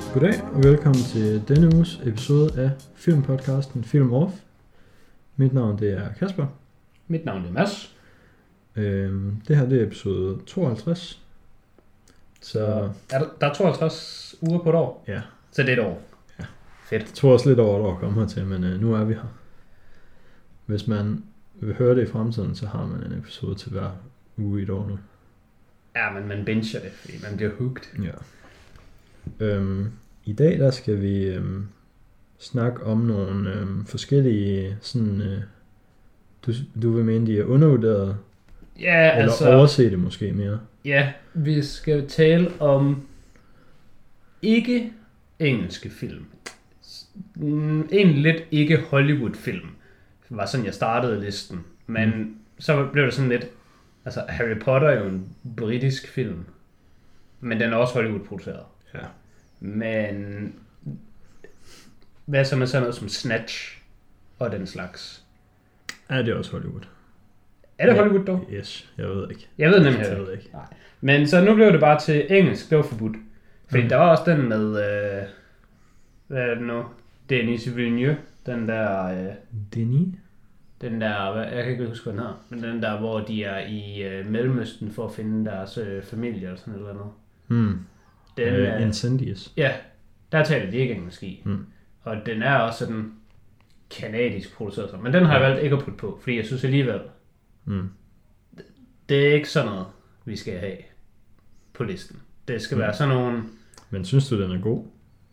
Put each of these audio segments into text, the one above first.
Goddag og velkommen til denne uges episode af filmpodcasten Film Off. Mit navn det er Kasper. Mit navn er Mads. Det her det er episode 52. Så der er 52 uger på et år? Ja. Så det er et år? Ja. Fedt. Det tog også lidt over et år at komme hertil, men nu er vi her. Hvis man vil høre det i fremtiden, så har man en episode til hver uge i et år nu. Ja, men man binger det, fordi man bliver hooked. Ja. I dag der skal vi snakke om nogle forskellige sådan, du vil mene de er undervurderet, Ja, eller altså, overse det måske mere. Ja, vi skal tale om ikke engelske film. Egentlig lidt ikke Hollywood film. Det var sådan jeg startede listen. Men så blev det sådan lidt, altså Harry Potter er jo en britisk film, men den er også Hollywood produceret. Ja. Men hvad så med sådan noget som Snatch og den slags? Ja, det er også Hollywood. Er det Hollywood dog? Yes, jeg ved ikke. Jeg ved nemlig Jeg ved ikke. Nej. Men så nu blev det bare til engelsk, det var forbudt. Fordi der var også den med, hvad er det nu? Denis Villeneuve, den der... Denis? Den der, jeg kan ikke huske, hvad den hedder, men den der, hvor de er i Mellemøsten for at finde deres familie eller sådan noget. Den, Incendious. Ja, der taler de ikke engelsk i. Og den er også sådan kanadisk produceret. Men den har jeg valgt ikke at putte på, fordi jeg synes alligevel, det er ikke sådan noget, vi skal have på listen. Det skal være sådan nogle... Men synes du, den er god?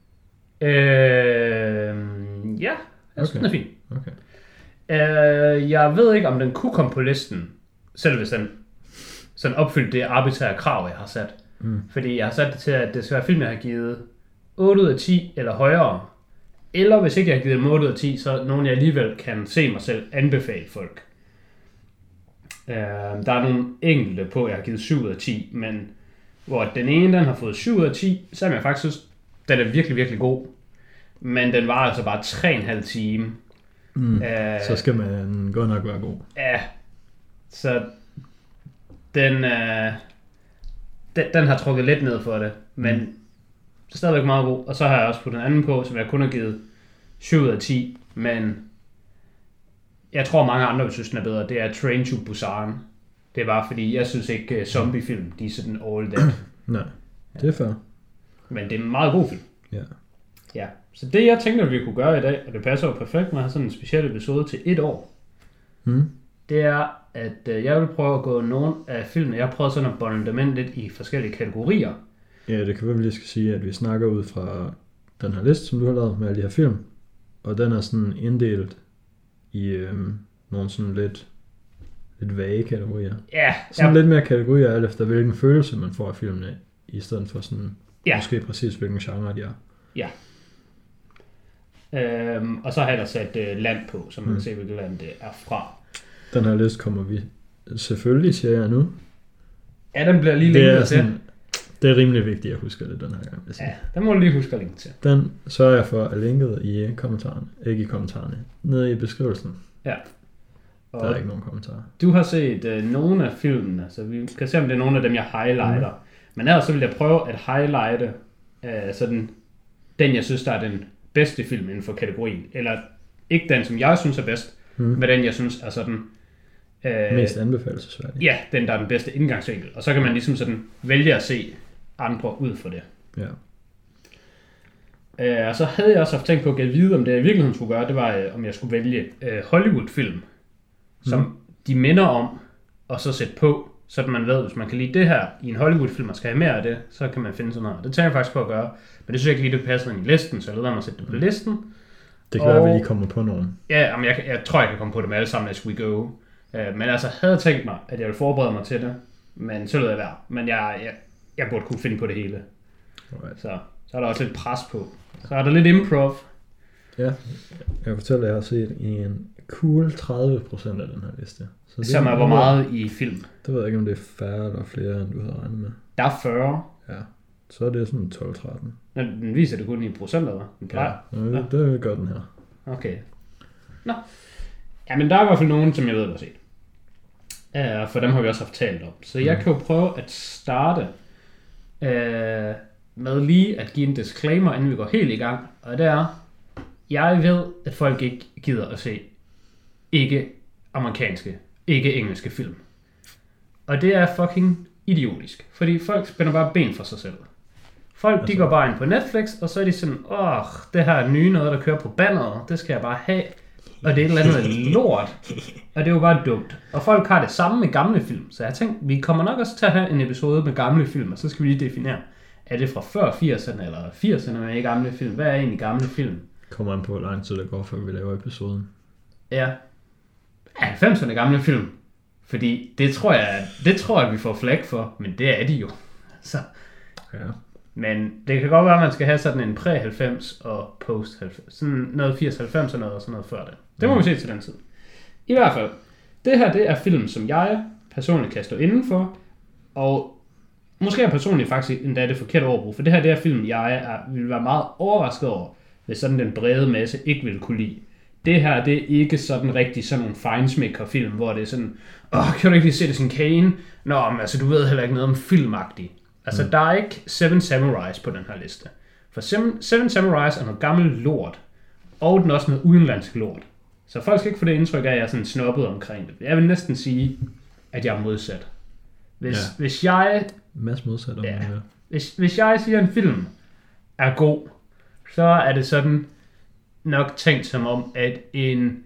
Ja, jeg synes, den er fin. Okay. Jeg ved ikke, om den kunne komme på listen, selv hvis den sådan opfyldte det arbitrære krav, jeg har sat. Fordi jeg har sat det til, at det skal være film, jeg har givet 8 ud af 10 eller højere. Eller hvis ikke jeg har givet dem 8 ud af 10, så nogen jeg alligevel kan se mig selv anbefale folk. Der er nogle enkelte på, jeg har givet 7 ud af 10, men hvor den ene den har fået 7 ud af 10, så er jeg faktisk synes, den er virkelig, virkelig god. Men den var altså bare 3,5 time. Så skal man godt nok være god. Ja, så den har trukket lidt ned for det, men stadigvæk meget god. Og så har jeg også puttet den anden på, som jeg kun har givet 7 ud af 10, men jeg tror mange andre vil synes den er bedre. Det er Train to Busan. Det er bare fordi, jeg synes ikke zombiefilm, de er sådan all that. Nej, det er fair. Men det er en meget god film. Ja. Ja, så det jeg tænkte, at vi kunne gøre i dag, og det passer jo perfekt med at have sådan en speciel episode til 1 år, det er, at jeg vil prøve at gå nogle af filmene. Jeg har prøvet sådan at bonde dem ind lidt i forskellige kategorier. Ja, det kan være, vi lige skal sige, at vi snakker ud fra den her liste, som du har lavet med alle de her film. Og den er sådan inddelt i nogle sådan lidt vage kategorier. Ja. Sådan lidt mere kategorier, alt efter hvilken følelse man får af filmene, i stedet for sådan måske præcis hvilken genre de er. Ja. Og så har jeg da sat land på, så man kan se, hvilket land det er fra. Den her liste kommer vi selvfølgelig, siger jeg nu. Ja, den bliver lige længere til. Det er rimelig vigtigt at huske det den her gang. Ja, den må du lige huske at linke til. Den sørger jeg for at linket i kommentarerne. Ikke i kommentarerne. Nede i beskrivelsen. Ja. Og der er ikke nogen kommentarer. Du har set nogle af filmene, så vi kan se, om det er nogle af dem, jeg highlighter. Men ellers så vil jeg prøve at highlighte sådan den, jeg synes, der er den bedste film inden for kategorien. Eller ikke den, som jeg synes er bedst, men den, jeg synes er sådan... mest anbefalelsesværdig. Ja, den, der er den bedste indgangsvinkel. Og så kan man ligesom sådan vælge at se andre ud for det. Ja. Og så havde jeg også haft tænkt på at give vide, om det jeg i virkeligheden skulle gøre, det var, om jeg skulle vælge Hollywood-film, som de minder om, og så sætte på, så man ved, hvis man kan lide det her i en Hollywood-film, og skal have mere af det, så kan man finde sådan noget. Det tænker jeg faktisk på at gøre, men det synes jeg ikke lige, det passer ind i listen, så jeg lader mig sætte det på listen. Det kan være, at vi lige kommer på nogen. Ja, jeg tror, jeg kan komme på dem alle sammen, as we go. Men altså, havde tænkt mig, at jeg ville forberede mig til det, men så lød jeg være. Men jeg burde kunne finde på det hele. Alright. Så er der også lidt pres på. Så er der lidt improv. Ja, jeg kan fortælle, at jeg har set i en cool 30% af den her liste. Så det som er hvor meget i film? Det ved jeg ikke, om det er færre eller flere, end du havde regnet med. Der er 40. Ja, så er det sådan 12-13. Den viser det kun i procent, eller hvad? Ja, det gør den her. Okay. Nå. Ja, men der er i hvert fald nogen, som jeg ved, der har set. For dem har vi også haft talt om. Så jeg kan jo prøve at starte med lige at give en disclaimer, inden vi går helt i gang. Og det er, jeg ved, at folk ikke gider at se ikke amerikanske, ikke engelske film. Og det er fucking idiotisk. Fordi folk spænder bare ben for sig selv. Folk, de går bare ind på Netflix, og så er de sådan, det her er nye noget, der kører på banneret, det skal jeg bare have. Og det er et eller andet lort. Og det er jo bare dumt. Og folk har det samme med gamle film. Så jeg tænkte, vi kommer nok også til at have en episode med gamle film, og så skal vi lige definere, er det fra før 80'erne eller 80'erne med gamle film? Hvad er egentlig gamle film? Kommer an på, hvor lang tid det går, før vi laver episoden. Ja. 90'erne gamle film. Fordi det tror jeg, vi får flag for, men det er de jo. Så. Ja. Men det kan godt være, at man skal have sådan en præ-90 og post-90. Sådan noget 80-90 og noget og sådan noget før det. Det må vi se til den tid. I hvert fald, det her det er film, som jeg personligt kan stå indenfor. Og måske er personligt faktisk endda det forkerte overbrug. For det her det er film, jeg vil være meget overrasket over, hvis sådan den brede masse ikke vil kunne lide. Det her det er ikke sådan rigtig sådan nogle feinsmaker-film, hvor det er sådan, kan du ikke lige se det sådan Kane? Nå, men altså du ved heller ikke noget om filmagtigt. Altså, der er ikke Seven Samurais på den her liste. For Seven Samurais er noget gammelt lort, og den er også noget udenlandsk lort. Så folk skal ikke få det indtryk af, at jeg er sådan snobbet omkring det. Jeg vil næsten sige, at jeg er modsat. Hvis jeg... Mads modsat om det her. Hvis jeg siger, at en film er god, så er det sådan nok tænkt som om, at en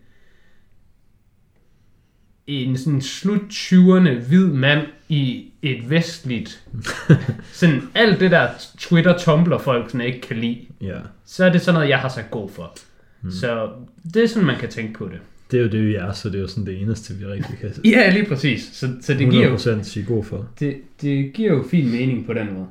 sådan slut 20'erne hvid mand i et vestligt, sådan alt det der Twitter-Tumblr-folk, sådan ikke kan lide, så er det sådan noget, jeg har sagt god for. Så det er sådan, man kan tænke på det. Det er jo det, vi er, så det er jo sådan det eneste, vi rigtig kan se. Ja, lige præcis. Så det giver jo 100% sige god for. Det giver jo fin mening på den måde.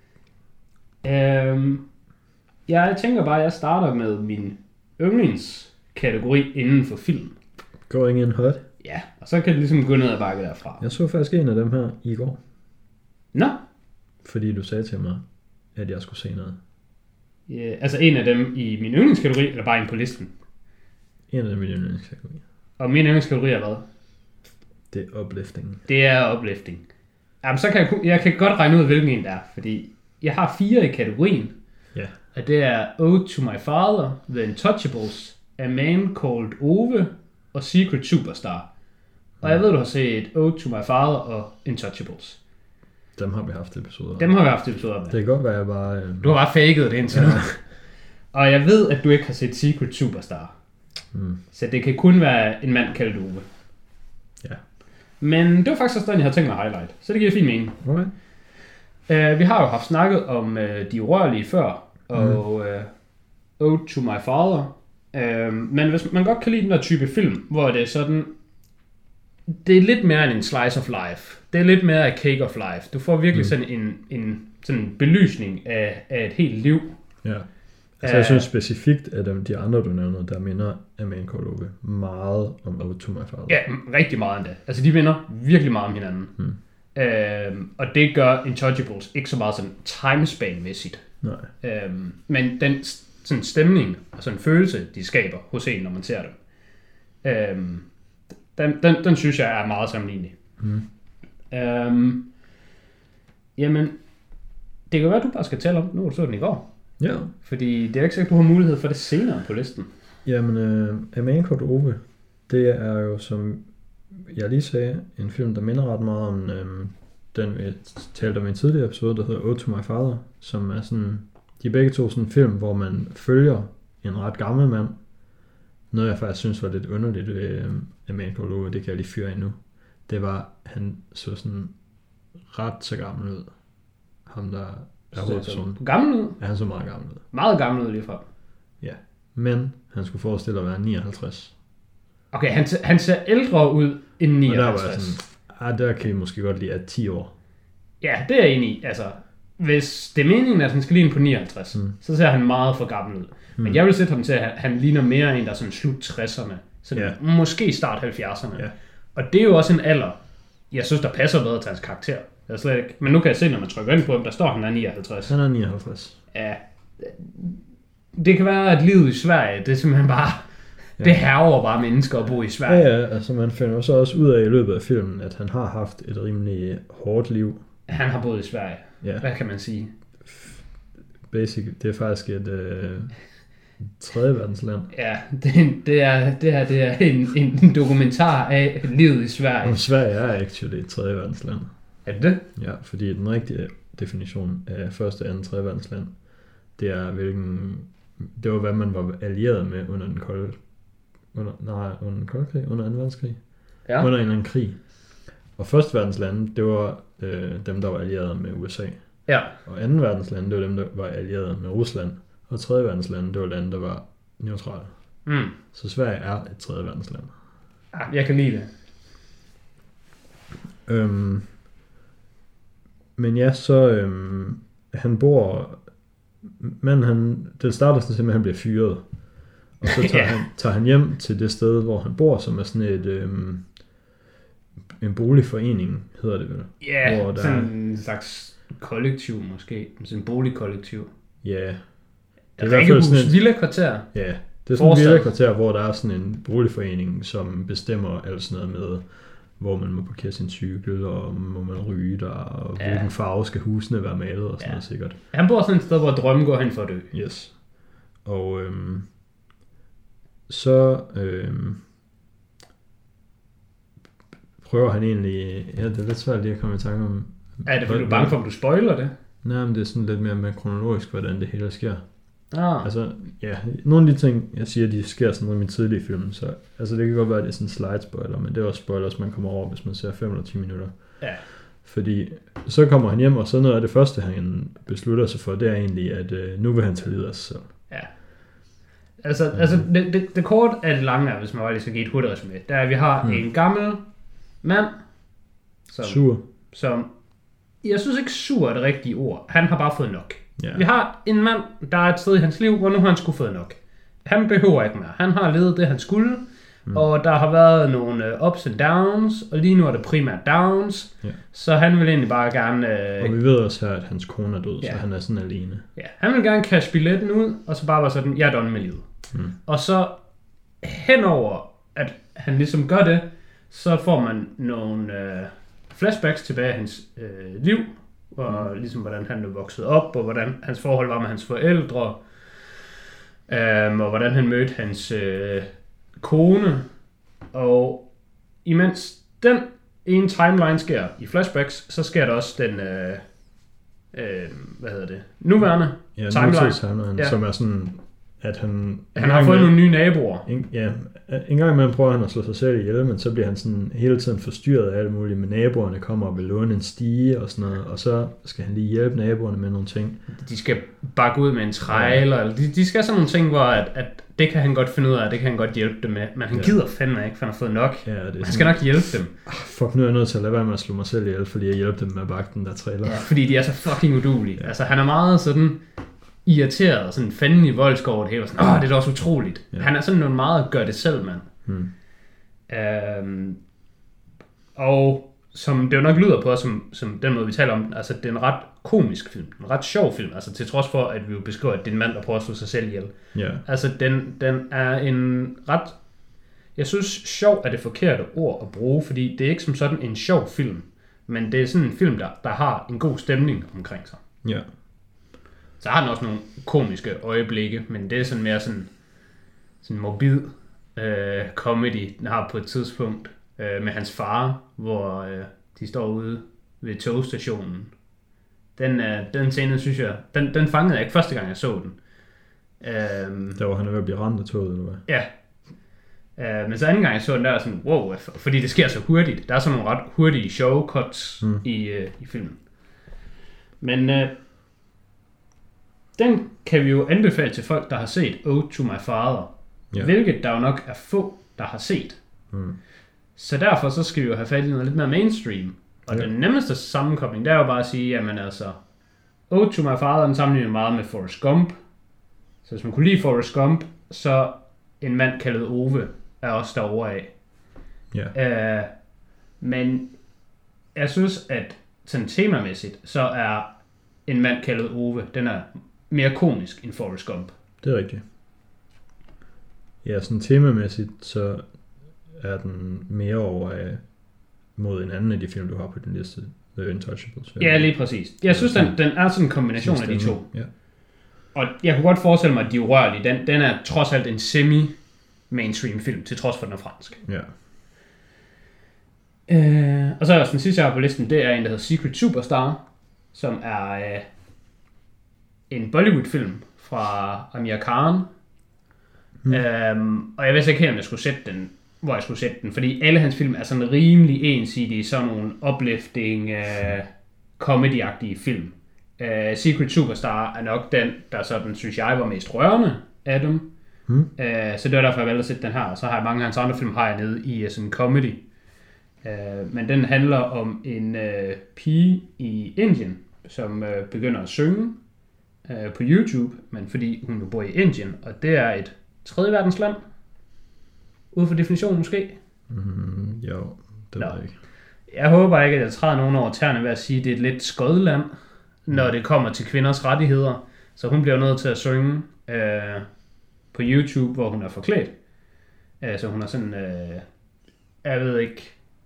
Jeg tænker bare, at jeg starter med min yndlingskategori inden for film. Going in hot. Ja, og så kan det ligesom gå ned ad bakke derfra. Jeg så faktisk en af dem her i går. Nå? Fordi du sagde til mig, at jeg skulle se noget. Ja, altså en af dem i min yndlingskategori, eller bare en på listen? En af dem i min yndlingskategori. Og min yndlingskategori er hvad? Det er uplifting. Det er uplifting. Jamen, så kan jeg kan godt regne ud, hvilken en det er, fordi jeg har 4 i kategorien. Ja. Og det er Ode to My Father, The Untouchables, A Man Called Ove og Secret Superstar. Og jeg ved, du har set Ode to My Father og Untouchables. Dem har vi haft episoder. Dem har vi haft episoder med. Det kan godt være, jeg bare... Du har bare faked det indtil nu. Og jeg ved, at du ikke har set Secret Superstar. Så det kan kun være en mand kaldt Ove. Ja. Men det var faktisk også den, jeg havde tænkt mig at highlight. Så det giver fin mening. Okay. Vi har jo haft snakket om De Urørlige før, og Ode to My Father. Men hvis man godt kan lide den der type film, hvor det er sådan, det er lidt mere end en slice of life. Det er lidt mere a cake of life. Du får virkelig sådan en sådan belysning af et helt liv. Ja. Altså jeg synes specifikt, at de andre, du nævner, der minder A Man Called Ove meget om Ode to My Father. Ja, rigtig meget endda. Altså de minder virkelig meget om hinanden. Og det gør Untouchables ikke så meget sådan timespan-mæssigt. Nej. Men den sådan stemning og sådan følelse, de skaber hos en, når man ser dem, den synes jeg er meget sammenlignelig. Jamen, det kan være, at du bare skal tale om, nu du så den i går. Ja. Fordi det er ikke sikkert, du har mulighed for det senere på listen. Jamen, A Man Called Ove, det er jo, som jeg lige sagde, en film, der minder ret meget om den, vi talte om i en tidligere episode, der hedder Ode to My Father, som er sådan, de er begge to sådan en film, hvor man følger en ret gammel mand. Noget, jeg faktisk synes var lidt underligt ved A Man Called Ove, det kan jeg lige fyre ind nu. Det var, han så sådan ret så gammel ud. Ham, der er hovedpersonen. Gammel ud? Ja, han så meget gammel ud. Meget gammel ud lige fra. Ja, men han skulle forestille at være 59. Okay, han ser ældre ud end 59. Og der var jeg sådan, der kan I måske godt lide, at 10 år. Ja, det er jeg enig i. Altså, hvis det er meningen, at han skal ligne på 59, så ser han meget for gammel ud. Men jeg vil sætte ham til, at han ligner mere en, der er sådan slut 60'erne. Så måske start 70'erne. Ja. Og det er jo også en alder, jeg synes, der passer bedre til hans karakter. Jeg slet ikke. Men nu kan jeg se, når man trykker ind på ham, der står, han er 59. Han er 59. Ja. Det kan være, at livet i Sverige, det er simpelthen bare... Ja. Det hærger bare mennesker at bo i Sverige. Ja, altså man finder så også ud af i løbet af filmen, at han har haft et rimelig hårdt liv. Han har boet i Sverige. Ja. Hvad kan man sige? det er faktisk et tredje verdensland. Ja, det er en dokumentar af livet i Sverige. Og Sverige er actually et tredje verdensland. Er det? Ja, fordi den rigtige definition af første, anden, tredje verdensland, det er det var hvad man var allieret med under den kolde krig, under 2. verdenskrig. Ja. Under en eller anden krig. Og første verdenslande, det var dem, der var allieret med USA. Ja. Og anden verdenslande, det var dem, der var allieret med Rusland. Og tredje verdenslande, det var lande, der var neutrale. Mm. Så Sverige er et tredje verdensland. Ja, jeg kan lide det. Men ja, så han bor... det starter sådan, at han bliver fyret. Og så tager han hjem til det sted, hvor han bor, som er sådan et... en boligforening, hedder det vel? Ja, hvor sådan en slags kollektiv måske. Sådan en boligkollektiv. Ja. Det er i hvert fald sådan et villa-kvarter. Ja, det er sådan et villa-kvarter, hvor der er sådan en boligforening, som bestemmer alt sådan noget med, hvor man må parkere sin cykel, og må man ryge der, og hvilken farve skal husene være malet, og sådan noget sikkert. Han bor sådan et sted, hvor drømmen går hen for at dø. Yes. Og så prøver han egentlig... Ja, det er lidt svært lige at komme i tanke om... Er det fordi du er bange for, om du spoiler det? Nej, men det er sådan lidt mere med kronologisk, hvordan det hele sker. Ah. Altså, ja, nogle af de ting, jeg siger, de sker sådan noget i min tidlige film, så altså det kan godt være, at det er sådan en slide-spoiler, men det er også spoilers, man kommer over, hvis man ser 5 eller 10 minutter. Ja. Fordi så kommer han hjem, og så noget af det første, han beslutter sig for, det er egentlig, at nu vil han tage livet af sig selv. Ja. Altså det kort af det lange er, hvis man bare lige skal give et hurtigt resumé, det er, at vi har en gammel mand, som, jeg synes ikke sur er det rigtige ord, han har bare fået nok. Ja. Vi har en mand, der er et sted i hans liv, hvor nu har han skulle fået nok. Han behøver ikke mere. Han har levet det, han skulle, og der har været nogle ups and downs, og lige nu er det primært downs, så han vil egentlig bare gerne... Og vi ved også her, at hans kone er død, så han er sådan alene. Ja, han vil gerne cash billetten ud, og så bare være sådan, jeg er done med livet. Og så henover, at han ligesom gør det, så får man nogle flashbacks tilbage af hans liv, og ligesom hvordan han er vokset op, og hvordan hans forhold var med hans forældre, og hvordan han mødte hans kone, og imens den ene timeline sker i flashbacks, så sker der også den nuværende timeline, som er sådan, at han har fået nogle nye naboer. En gang imellem prøver han at slå sig selv ihjel, men så bliver han sådan hele tiden forstyrret af alt muligt, med naboerne kommer og vil låne en stige og sådan noget, og så skal han lige hjælpe naboerne med nogle ting. De skal bakke ud med en trailer, eller de skal sådan nogle ting, hvor at det kan han godt finde ud af, det kan han godt hjælpe dem med, men han gider fandme ikke, for han har fået nok. Ja, han skal nok hjælpe dem. Fuck, nu er jeg nødt til at lade være med at slå mig selv ihjel, fordi jeg hjælper dem med at bakke den der trailer. Ja, fordi de er så fucking uduelige. Ja. Altså, han er meget sådan irriteret og sådan fanden i voldsk over det hele, og sådan, det er da også utroligt. Ja. Han er sådan noget meget gør det selv, mand. Og som det jo nok lyder på, som den måde vi taler om, altså det er en ret komisk film, en ret sjov film, altså til trods for, at vi jo beskriver, at det er en mand, der prøver at slå sig selv ihjel. Yeah. Altså den er en ret, jeg synes sjov er det forkerte ord at bruge, fordi det er ikke som sådan en sjov film, men det er sådan en film, der har en god stemning omkring sig. Ja. Yeah. Så har den også nogle komiske øjeblikke, men det er sådan mere sådan morbid comedy, den har på et tidspunkt med hans far, hvor de står ude ved togstationen. Den scene, synes jeg, den fangede jeg ikke første gang, jeg så den. Der var han ved at blive ramt af toget, eller hvad? Ja. Men så anden gang, jeg så den, der er sådan, wow, fordi det sker så hurtigt. Der er sådan nogle ret hurtige show cuts i filmen. Men den kan vi jo anbefale til folk, der har set Ode to My Father. Yeah. Hvilket der jo nok er få, der har set. Så derfor så skal vi jo have fat i noget lidt mere mainstream. Og den nemmeste sammenkobling, det er jo bare at sige, jamen altså, Ode to My Father, den sammenligner meget med Forrest Gump. Så hvis man kunne lide Forrest Gump, så en mand kaldet Ove er også derovre af. Yeah. Men jeg synes, at sådan temamæssigt, så er en mand kaldet Ove, den er mere komisk end Forrest Gump. Det er rigtigt. Ja, sådan temamæssigt, så er den mere over mod en anden af de film, du har på din liste, The Untouchables. Ja, lige præcis. Jeg synes, den er sådan en kombination af de to. Ja. Og jeg kunne godt forestille mig, at De Urørlige, den er trods alt en semi-mainstream film, til trods for den er fransk. Ja. Og så er den sidste, jeg har på listen, det er en, der hedder Secret Superstar, som er en Bollywood-film fra Amir Khan. Og jeg vidste ikke helt, om jeg skulle sætte den, hvor jeg skulle sætte den, fordi alle hans film er sådan rimelig ensidige, sådan nogle uplifting, comedy-agtige film. Secret Superstar er nok den, der sådan, synes jeg, var mest rørende af dem. Så det var derfor, jeg valgte at sætte den her, og så har jeg mange af hans andre film her nede i sådan comedy. Men den handler om en pige i Indien, som begynder at synge på YouTube, men fordi hun bor i Indien, og det er et tredje verdensland, ud for definitionen måske. Jo, det ved jeg ikke. Jeg håber ikke, at jeg træder nogen over tæerne ved at sige, at det er et lidt skodland, når det kommer til kvinders rettigheder. Så hun bliver nødt til at synge på YouTube, hvor hun er forklædt. Så hun er sådan, jeg ved ikke,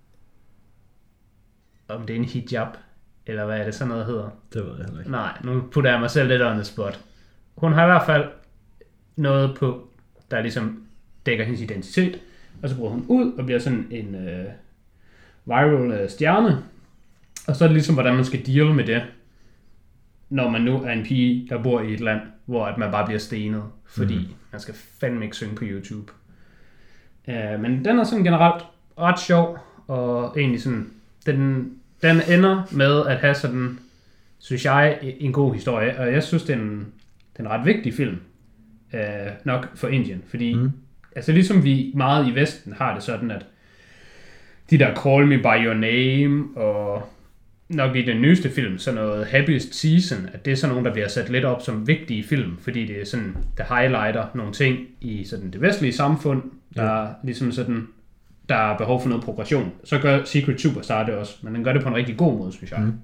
om det er en hijab, eller hvad er det sådan noget hedder? Det ved jeg heller ikke. Nej, nu putter jeg mig selv lidt on the spot. Hun har i hvert fald noget på, der ligesom dækker hendes identitet, og så bruger hun ud og bliver sådan en viral stjerne. Og så er det ligesom, hvordan man skal deal med det, når man nu er en pige, der bor i et land, hvor at man bare bliver stenet, fordi man skal fandme ikke synge på YouTube. Men den er sådan generelt ret sjov, og egentlig sådan, den ender med at have sådan, synes jeg, en god historie, og jeg synes, det er en ret vigtig film, nok for Indien, fordi altså ligesom vi meget i Vesten har det sådan, at de der Call Me By Your Name, og nok i den nyeste film, sådan noget Happiest Season, at det er sådan nogle, der bliver sat lidt op som vigtige film, fordi det er sådan, der highlighter nogle ting i sådan det vestlige samfund, der ligesom sådan, der er behov for noget progression. Så gør Secret Superstar det også, men den gør det på en rigtig god måde, synes jeg.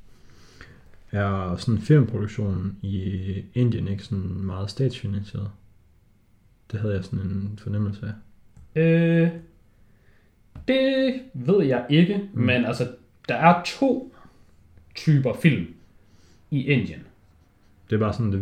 Er sådan filmproduktionen i Indien ikke sådan meget statsfinansieret? Det havde jeg sådan en fornemmelse af. Det ved jeg ikke, men altså, der er 2 typer film i Indien. Det er bare sådan,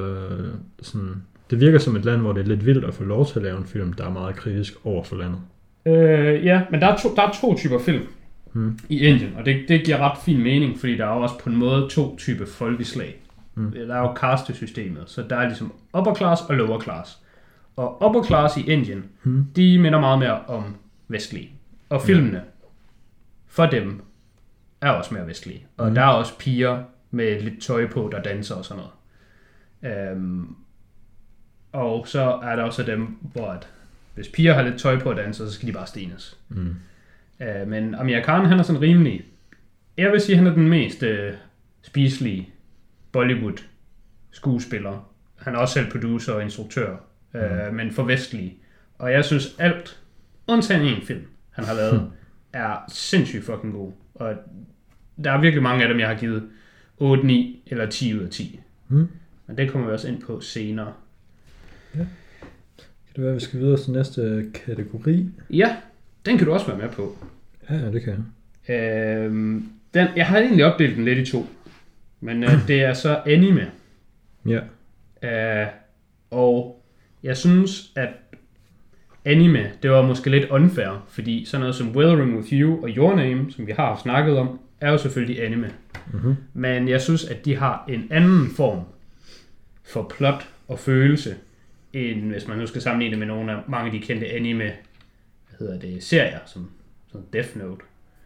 det virker som et land, hvor det er lidt vildt at få lov til at lave en film, der er meget kritisk over for landet. Ja, men der er 2 typer film i Indien, og det giver ret fin mening, fordi der er også på en måde 2 typer folkeslag. Der er jo caste-systemet, så der er ligesom upper class og lower class. Og upper class i Indien, de minder meget mere om vestlige. Og filmene for dem er også mere vestlige. Og der er også piger med lidt tøj på, der danser og sådan noget. Og så er der også dem, hvor at hvis piger har lidt tøj på at danse, så skal de bare stenes. Men Amir Khan, han er sådan rimelig, jeg vil sige, han er den mest spiselige Bollywood skuespiller. Han er også selv producer og instruktør, men for vestlige. Og jeg synes alt, undtagen en film, han har lavet, er sindssygt fucking god. Og der er virkelig mange af dem, jeg har givet 8, 9 eller 10 ud af 10. Men det kommer vi også ind på senere. Ja. Kan det være, at vi skal videre til næste kategori? Ja, den kan du også være med på. Ja, det kan jeg. Jeg har egentlig opdelt den lidt i 2. Men det er så anime. Ja. Og jeg synes, at anime, det var måske lidt unfair, fordi sådan noget som Weathering With You og Your Name, som vi har snakket om, er jo selvfølgelig anime. Men jeg synes, at de har en anden form for plot og følelse, end hvis man nu skal sammenligne det med nogle af mange af de kendte anime, serier, som Death Note.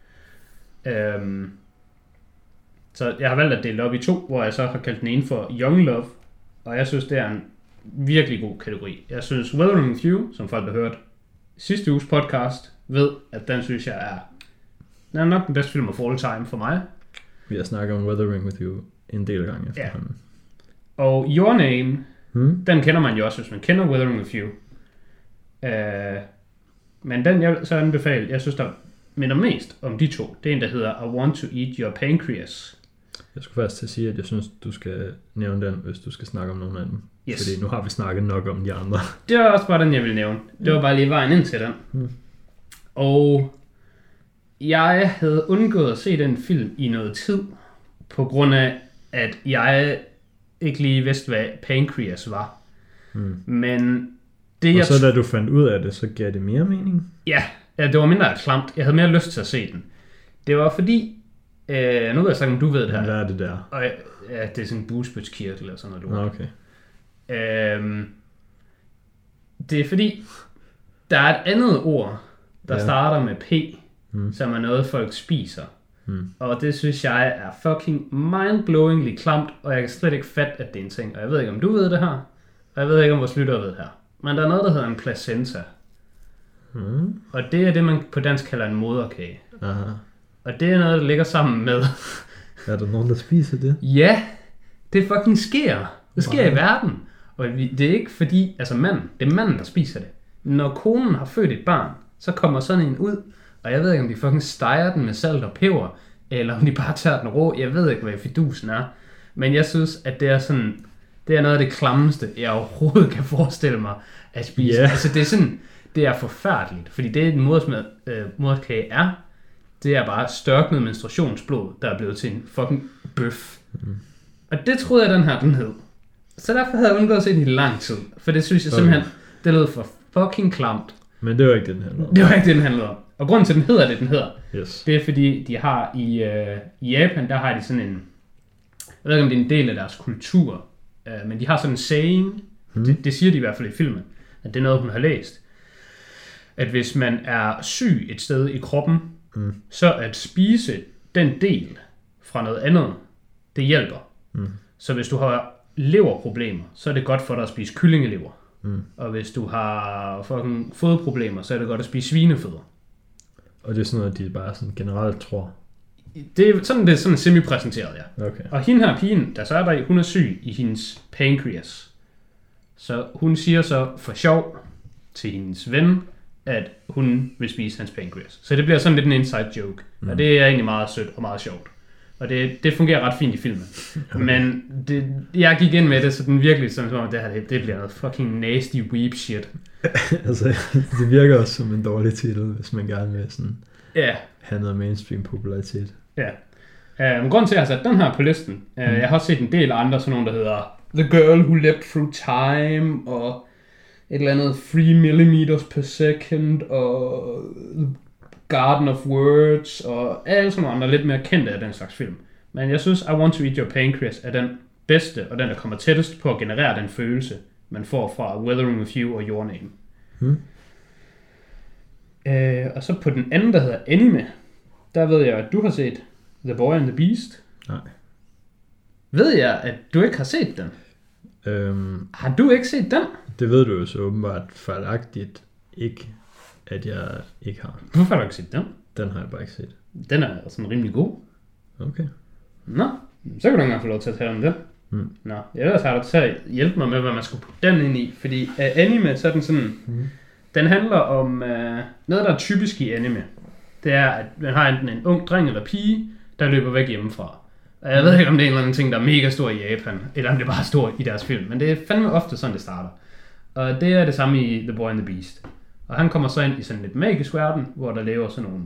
Så jeg har valgt at dele op i 2, hvor jeg så har kaldt den ene for Young Love, og jeg synes, det er en virkelig god kategori. Jeg synes, Weathering With You, som folk har hørt sidste uges podcast, ved, at den synes jeg den er nok den bedste film of all time for mig. Vi har snakket om Weathering With You en del gange efterhånden. Ja. Og Your Name, den kender man jo også, hvis man kender Weathering With You. Men den, jeg så anbefaler, jeg synes, der minder mest om de 2. Det er en, der hedder I Want To Eat Your Pancreas. Jeg skulle faktisk til at sige, at jeg synes, du skal nævne den, hvis du skal snakke om nogle af dem. Yes. Fordi nu har vi snakket nok om de andre. Det var også bare den, jeg ville nævne. Det var bare lige vejen ind til den. Og jeg havde undgået at se den film i noget tid, på grund af, at jeg ikke lige vidste, hvad pancreas var. Men det, og så da du fandt ud af det, så gav det mere mening? Ja, det var mindre klamt. Jeg havde mere lyst til at se den. Det var fordi, nu ved jeg sagt, om du ved det her. Hvad er det der? Og, ja, det er sådan en bugspytkirtel eller sådan noget. Okay. Det er fordi, der er et andet ord, der starter med P, som er noget, folk spiser. Og det synes jeg er fucking mindblowingly klamt, og jeg kan slet ikke fatte, at det er en ting. Og jeg ved ikke, om du ved det her, og jeg ved ikke, om vores lyttere ved det her. Men der er noget, der hedder en placenta. Og det er det, man på dansk kalder en moderkage. Aha. Og det er noget, der ligger sammen med... Er der nogen, der spiser det? Ja, det fucking sker. Det sker i verden. Og det er ikke fordi... Altså det er manden, der spiser det. Når konen har født et barn, så kommer sådan en ud. Og jeg ved ikke, om de fucking steger den med salt og peber, eller om de bare tager den rå. Jeg ved ikke, hvad fidusen er. Men jeg synes, at det er sådan... Det er noget af det klammeste, jeg overhovedet kan forestille mig at spise. Yeah. Altså det er sådan... Det er forfærdeligt, fordi det en moderkage er, det er bare størknet menstruationsblod, der er blevet til en fucking bøf. Og det troede jeg, den her, den hed. Så derfor havde jeg undgået at se den i lang tid, for det synes jeg simpelthen, det lød for fucking klamt. Men det var ikke det, den handlede om. Det var ikke det, den handlede om. Og grunden til, den hedder det, den hedder, det er fordi, de har i Japan, der har de sådan en, jeg ved ikke, om det er en del af deres kultur, men de har sådan en saying, det siger de i hvert fald i filmen, at det er noget, hun har læst. At hvis man er syg et sted i kroppen, så at spise den del fra noget andet, det hjælper. Så hvis du har leverproblemer, så er det godt for dig at spise kyllingelever. Og hvis du har fucking fodproblemer, så er det godt at spise svinefødder. Og det er sådan noget, de bare sådan generelt tror? Det er sådan semi-præsenteret, ja. Okay. Og hende her pigen, der så er der, hun er syg i hendes pancreas. Så hun siger så for sjov til hendes ven, at hun vil spise hans pancreas. Så det bliver sådan lidt en inside joke. Og det er egentlig meget sødt og meget sjovt. Og det fungerer ret fint i filmen. Men jeg gik ind med det, så den virkelig sådan, som om det her, det bliver noget fucking nasty weep shit. Altså, det virker også som en dårlig titel, hvis man gerne vil sådan have noget mainstream popularitet. Ja. Men grunden til, at jeg har sat den her på listen, jeg har også set en del andre, sådan nogle, der hedder The Girl Who Leapt Through Time, og et eller andet 3 millimeters per second, og Garden of Words, og alle sådan nogle andre lidt mere kendte af den slags film. Men jeg synes, I Want to Eat Your Pancreas er den bedste, og den, der kommer tættest på at generere den følelse, man får fra Weathering With You og Your Name. Og så på den anden, der hedder Anime, der ved jeg, at du har set The Boy and the Beast. Nej. Ved jeg, at du ikke har set den? Har du ikke set den? Det ved du jo så åbenbart fejlagtigt ikke, at jeg ikke har. Hvorfor har du ikke set den? Den har jeg bare ikke set. Den er sådan rimelig god. Okay. Nå, så kan du ikke engang få lov til at tale om den. Nå, jeg ellers har du til at hjælpe mig med, hvad man skulle putte den ind i. Fordi anime, så er den sådan... Den handler om noget, der er typisk i anime. Det er, at man har enten en ung dreng eller pige, der løber væk hjemmefra. Og jeg ved ikke, om det er en eller anden ting, der er mega stor i Japan, eller om det er bare stor i deres film. Men det er fandme ofte sådan, det starter. Og det er det samme i The Boy and the Beast. Og han kommer så ind i sådan lidt magisk verden, hvor der lever sådan nogle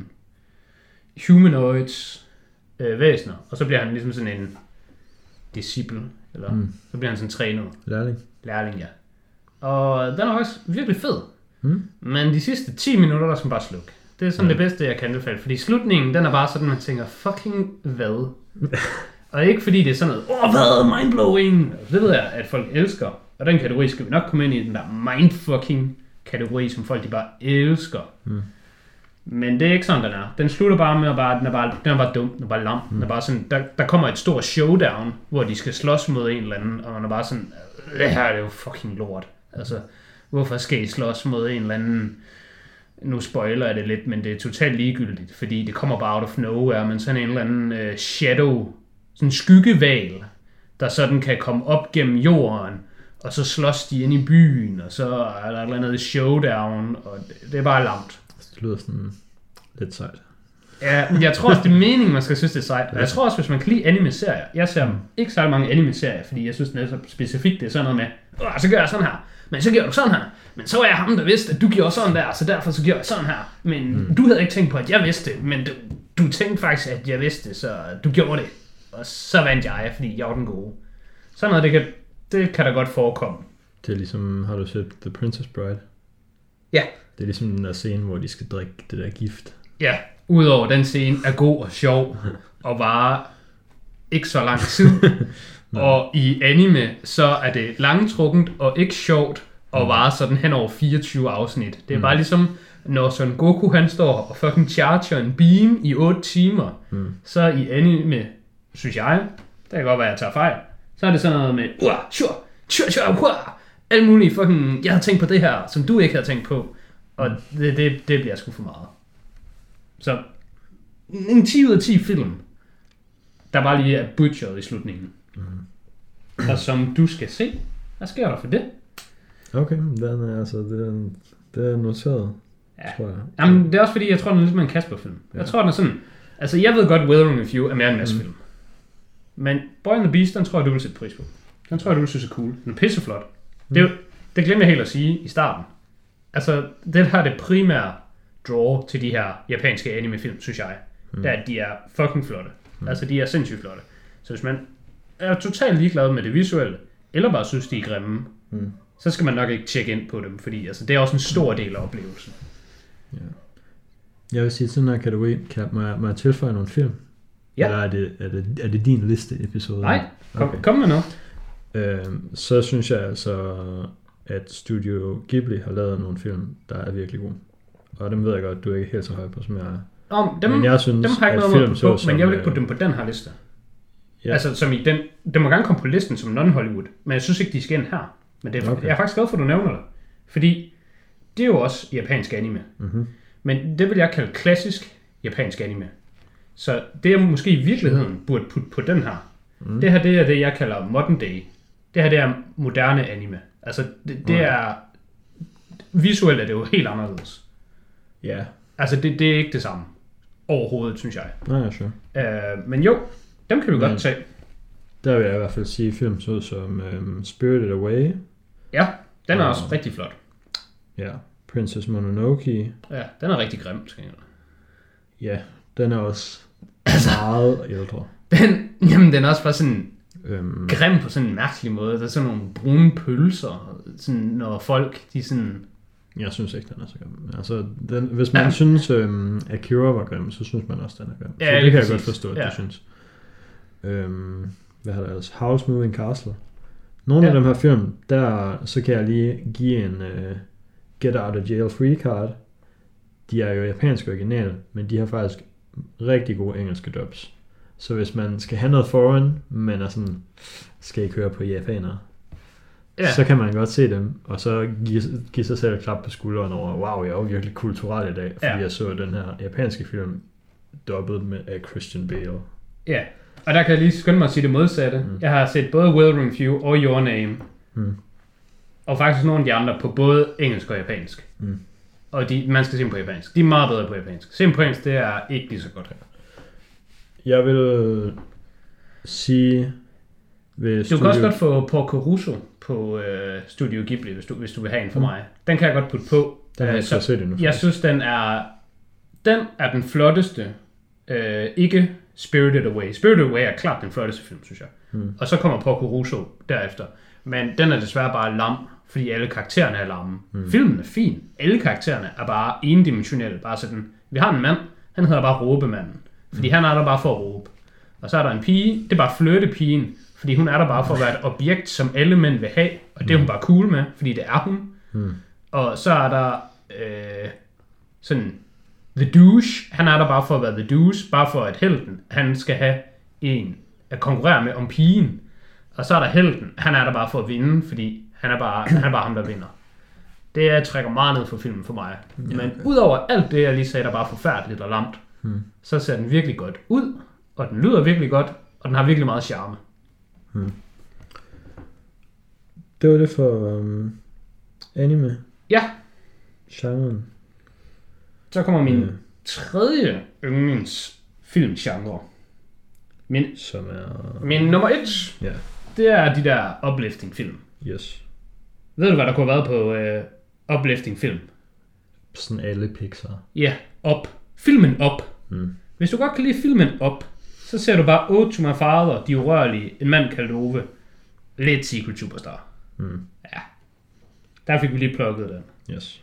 humanoids væsener. Og så bliver han ligesom sådan en disciple, eller så bliver han sådan trænet. Lærling, ja. Og den er også virkelig fed. Men de sidste 10 minutter, der skal man bare slukke. Det er sådan det bedste, jeg kan anbefale. Fordi slutningen, den er bare sådan, man tænker, fucking hvad? Og ikke fordi det er sådan noget, hvad, mindblowing. Det ved jeg, at folk elsker. Og den kategori skal vi nok komme ind i, den der mindfucking kategori, som folk de bare elsker. Men det er ikke sådan, den er. Den slutter bare med, at den er bare dum, den er bare lam. Den er bare sådan, der kommer et stort showdown, hvor de skal slås mod en eller anden, og man er bare sådan, det her er jo fucking lort. Altså, hvorfor skal I slås mod en eller anden? Nu spoiler jeg det lidt, men det er totalt ligegyldigt, fordi det kommer bare out of nowhere, men sådan en eller anden shadow, sådan en skyggeval, der sådan kan komme op gennem jorden, og så slås de ind i byen, og så er der et eller andet showdown, og det er bare lamt. Det lyder sådan lidt sejt. Ja, jeg tror også, det er meningen, man skal synes, det er sejt. Og jeg tror også, hvis man kan lide anime-serier, jeg ser ikke særlig mange anime-serier, fordi jeg synes, det er så specifikt, det er sådan noget med, så gør jeg sådan her, men så gør du sådan her, men så var jeg ham, der vidste, at du gjorde sådan der, så derfor så gjorde jeg sådan her, men du havde ikke tænkt på, at jeg vidste det, men du tænkte faktisk, at jeg vidste det, så du gjorde det, og så vandt jeg, fordi jeg var den gode. Sådan noget, det kan da godt forekomme. Det er ligesom, har du set The Princess Bride? Ja. Det er ligesom den der scene, hvor de skal drikke det der gift. Ja, udover den scene er god og sjov, og varer ikke så lang tid. Og i anime, så er det langtrukkent og ikke sjovt, og varer sådan hen over 24 afsnit. Det er bare ligesom, når Son Goku han står og fucking charger en beam i 8 timer, så i anime, synes jeg, det kan godt være, at jeg tager fejl, så er det sådan noget med, alt muligt fucking, jeg har tænkt på det her, som du ikke har tænkt på, og det bliver sgu for meget. Så en 10 ud af 10 film, der bare lige er butcheret i slutningen. Og som du skal se, hvad sker der for det? Okay, den er altså, det er noteret, tror jeg. Jamen, det er også fordi, jeg tror, den er lidt som en Casper-film. Ja. Jeg tror, den er sådan, altså jeg ved godt, Weathering with You er mere en masse film. Men Boy and the Beast, den tror jeg, du vil sætte pris på. Den tror jeg, du vil synes er cool. Den er pisseflot. Det glemte jeg helt at sige i starten. Altså, det her er det primære draw til de her japanske anime-film, synes jeg. Det er, at de er fucking flotte. Altså, de er sindssygt flotte. Så hvis man er totalt ligeglad med det visuelle, eller bare synes, de er grimme, så skal man nok ikke tjekke ind på dem, fordi altså, det er også en stor del af oplevelsen. Ja. Jeg vil sige, sådan her kategori, må jeg tilføje nogle film? Ja. Eller er det din liste-episode? Nej, kom med noget. Så synes jeg altså, at Studio Ghibli har lavet nogle film, der er virkelig gode. Og dem ved jeg godt, du er ikke helt så høj på, som jeg er. Men jeg synes, dem har jeg ikke noget på, men jeg vil ikke putte dem på den her liste. Ja. Altså, som i den må gerne komme på listen som non-Hollywood, men jeg synes ikke, de skal ind her. Men det er, jeg er faktisk glad for, at du nævner det. Fordi det er jo også japansk anime. Men det vil jeg kalde klassisk japansk anime. Så det er måske i virkeligheden burde putte på den her. Det her, det er det, jeg kalder modern day. Det her, det er moderne anime. Altså, det er... Visuelt er det jo helt anderledes. Ja. Altså, det er ikke det samme. Overhovedet, synes jeg. Nej, sure. Men jo, dem kan vi godt tage. Der vil jeg i hvert fald sige film så som Spirited Away. Ja, den er også rigtig flot. Ja, Princess Mononoke. Ja, den er rigtig grim, skal jeg. Ja, den er også meget ældre. Den er også bare sådan grim på sådan en mærkelig måde. Der er sådan nogle brune pølser, sådan, når folk, de sådan... Jeg synes ikke, den er så grim. Altså, hvis man synes, Akira var grim, så synes man også, den er grim. Så det kan jeg godt forstå, at du synes. Hvad har der ellers? Howl's Moving Castle. Nogle af dem her film, så kan jeg lige give en Get Out of Jail Free card. De er jo japansk original, men de har faktisk rigtig gode engelske dubs. Så hvis man skal have noget foreign, men er sådan, skal ikke høre på japanere, så kan man godt se dem, og så give sig selv et klap på skulderen over, wow, jeg er jo virkelig kulturel i dag, fordi jeg så den her japanske film dubbet af Christian Bale. Ja, og der kan jeg lige skynde mig at sige det modsatte. Jeg har set både Weathering with You og Your Name, og faktisk nogle af de andre på både engelsk og japansk. Og man skal se dem på japansk. De er meget bedre på japansk. Se dem på engelsk, det er ikke lige så godt her. Jeg vil sige... Du kan også godt få Porco Rosso på Studio Ghibli, hvis du vil have en for mig. Den kan jeg godt putte på. Den har jeg ikke set endnu. Jeg synes, den er den flotteste. Ikke Spirited Away. Spirited Away er klart den flotteste film, synes jeg. Og så kommer Porco Rosso derefter. Men den er desværre bare lam, fordi alle karaktererne er lamme. Filmen er fin. Alle karaktererne er bare endimensionelle. Bare sådan, vi har en mand, han hedder bare Råbemanden. Fordi han er der bare for at råbe. Og så er der en pige, det er bare flirtepigen. Fordi hun er der bare for at være et objekt, som alle mænd vil have. Og det er hun bare cool med, fordi det er hun. Og så er der sådan The Douche. Han er der bare for at være The Douche. Bare for at helten, han skal have en at konkurrere med om pigen. Og så er der helten. Han er der bare for at vinde, fordi han er bare ham, der vinder. Det trækker meget ned for filmen for mig. Men udover alt det, jeg lige sagde, der bare er forfærdeligt og lamt, så ser den virkelig godt ud. Og den lyder virkelig godt. Og den har virkelig meget charme. Det var det for anime. Ja. Genren. Så kommer min tredje yndlingsfilmgenre. Min nummer 1. Ja. Det er de der uplifting film. Yes. Ved du, hvad der kunne have været på uplifting film? Sådan alle Pixar. Ja, Up. Filmen Up. Hvis du godt kan lide filmen Up, så ser du bare Ode to My Father, De Urørlige, En mand kaldt Ove. lidt Secret Superstar. Mm. Ja. Der fik vi lige plukket den. Yes.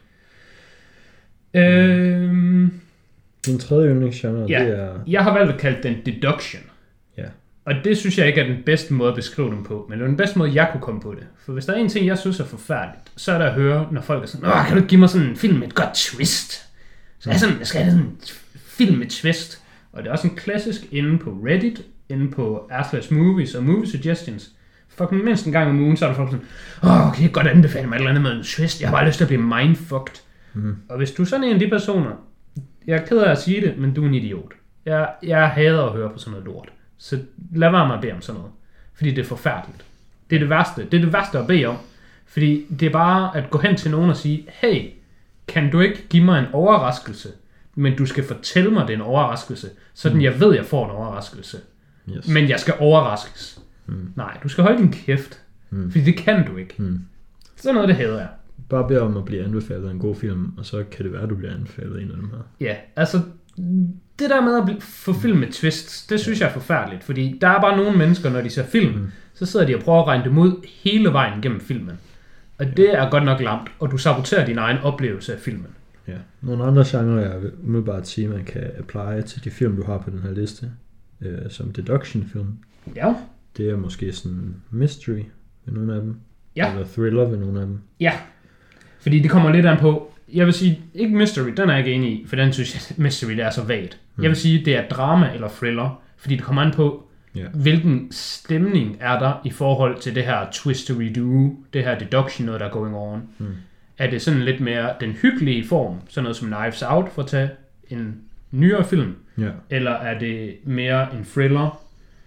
Din tredje yndlingsgenre, ja, det er... Jeg har valgt at kalde den deduction. Ja. Og det synes jeg ikke er den bedste måde at beskrive dem på, men det er den bedste måde, jeg kunne komme på det. For hvis der er en ting, jeg synes er forfærdeligt, så er der at høre, når folk er sådan, kan du ikke give mig sådan en film med et godt twist? Jeg skal have sådan en film med twist. Og det er også en klassisk inde på Reddit, inde på Atlas Movies og Movie Suggestions. Fucking mindst en gang om ugen, så er der folk sådan, kan jeg godt anbefale mig et eller andet med en twist? Jeg har bare lyst til at blive mindfucked. Mm. Og hvis du er sådan en af de personer, jeg er ked af at sige det, men du er en idiot. Jeg hader at høre på sådan noget lort. Så lad være med at bede om sådan noget. Fordi det er forfærdeligt. Det er det værste. Det er det værste at bede om. Fordi det er bare at gå hen til nogen og sige, hey, kan du ikke give mig en overraskelse, men du skal fortælle mig, det er en overraskelse, sådan jeg ved, jeg får en overraskelse. Yes. Men jeg skal overraskes. Nej, du skal holde din kæft. Fordi det kan du ikke. Sådan noget, det hader jeg. Bare bede om at blive anbefalet en god film, og så kan det være, at du bliver anbefalet en af dem her. Ja, altså det der med at få film med twists, det synes jeg er forfærdeligt, fordi der er bare nogle mennesker, når de ser film, så sidder de og prøver at regne dem ud hele vejen gennem filmen. Og det er godt nok lamt, og du saboterer din egen oplevelse af filmen. Ja, nogle andre genrer, jeg vil umiddelbart sige, man kan apply til de film, du har på den her liste, som deduction-film. Ja. Det er måske sådan mystery ved nogle af dem, ja. Eller thriller ved nogle af dem. Ja, fordi det kommer lidt an på, jeg vil sige, ikke mystery, den er jeg ikke enig i, for den synes jeg, mystery det er så vagt. Jeg vil sige, det er drama eller thriller, fordi det kommer an på, hvilken stemning er der i forhold til det her twistery-do, det her deduction, noget der er going on. Er det sådan lidt mere den hyggelige form, sådan noget som Knives Out, for at tage en nyere film, eller er det mere en thriller,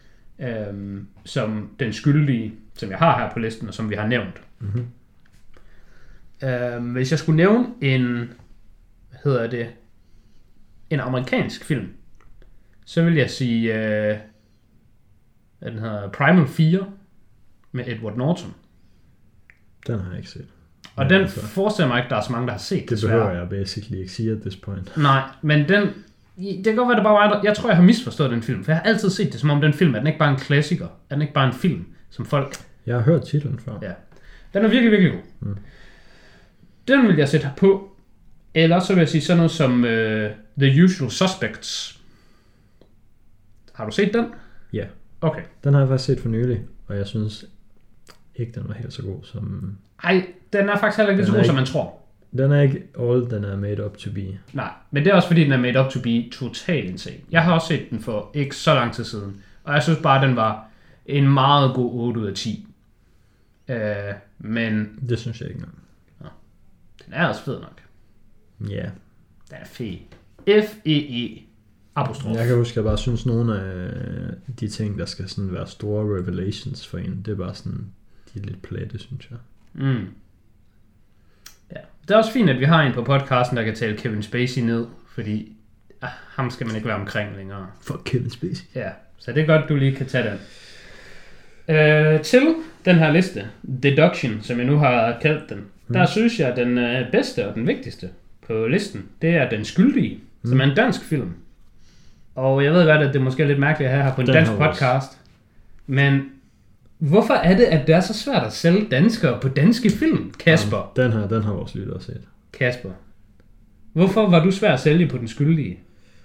som den skyldige, som jeg har her på listen, og som vi har nævnt. Hvis jeg skulle nævne en en amerikansk film, så vil jeg sige den hedder Primal 4 med Edward Norton. Den har jeg ikke set. Og den forestiller mig ikke, der er så mange, der har set. Det behøver jeg basically ikke sige at this point. Nej, men det kan godt være, det bare var, jeg tror, jeg har misforstået den film, for jeg har altid set det som om den film, er den ikke bare en klassiker? Er den ikke bare en film, som folk... Jeg har hørt titlen før. Ja. Den er virkelig, virkelig god. Den vil jeg sætte her på. Eller så vil jeg sige sådan noget som The Usual Suspects. Har du set den? Ja. Okay. Den har jeg faktisk set for nylig, og jeg synes ikke, den var helt så god som... Ej, den er faktisk heller ikke så god, som man tror. Den er ikke all, den er made up to be. Nej, men det er også fordi, den er made up to be totalt insane. Jeg har også set den for ikke så lang tid siden, og jeg synes bare, den var en meget god 8 ud af 10. Men... Det synes jeg ikke engang. Den er også fed nok. Ja. Den er fed. F-E-E. Apostrof. Jeg kan huske, at jeg bare synes, nogle af de ting, der skal sådan være store revelations for en, det er bare sådan, de er lidt platte, synes jeg. Ja. Det er også fint, at vi har en på podcasten, der kan tale Kevin Spacey ned, fordi ham skal man ikke være omkring længere. For Kevin Spacey. Ja, så det er godt, du lige kan tage den. Til den her liste, Deduction, som jeg nu har kaldt den, der synes jeg, at den bedste og den vigtigste på listen, det er Den Skyldige, som er en dansk film. Og jeg ved godt, at det måske er lidt mærkeligt at have her på en dansk podcast, men hvorfor er det, at det er så svært at sælge danskere på danske film, Kasper? Den har vores lyttere set. Kasper, hvorfor var du svær at sælge på Den Skyldige?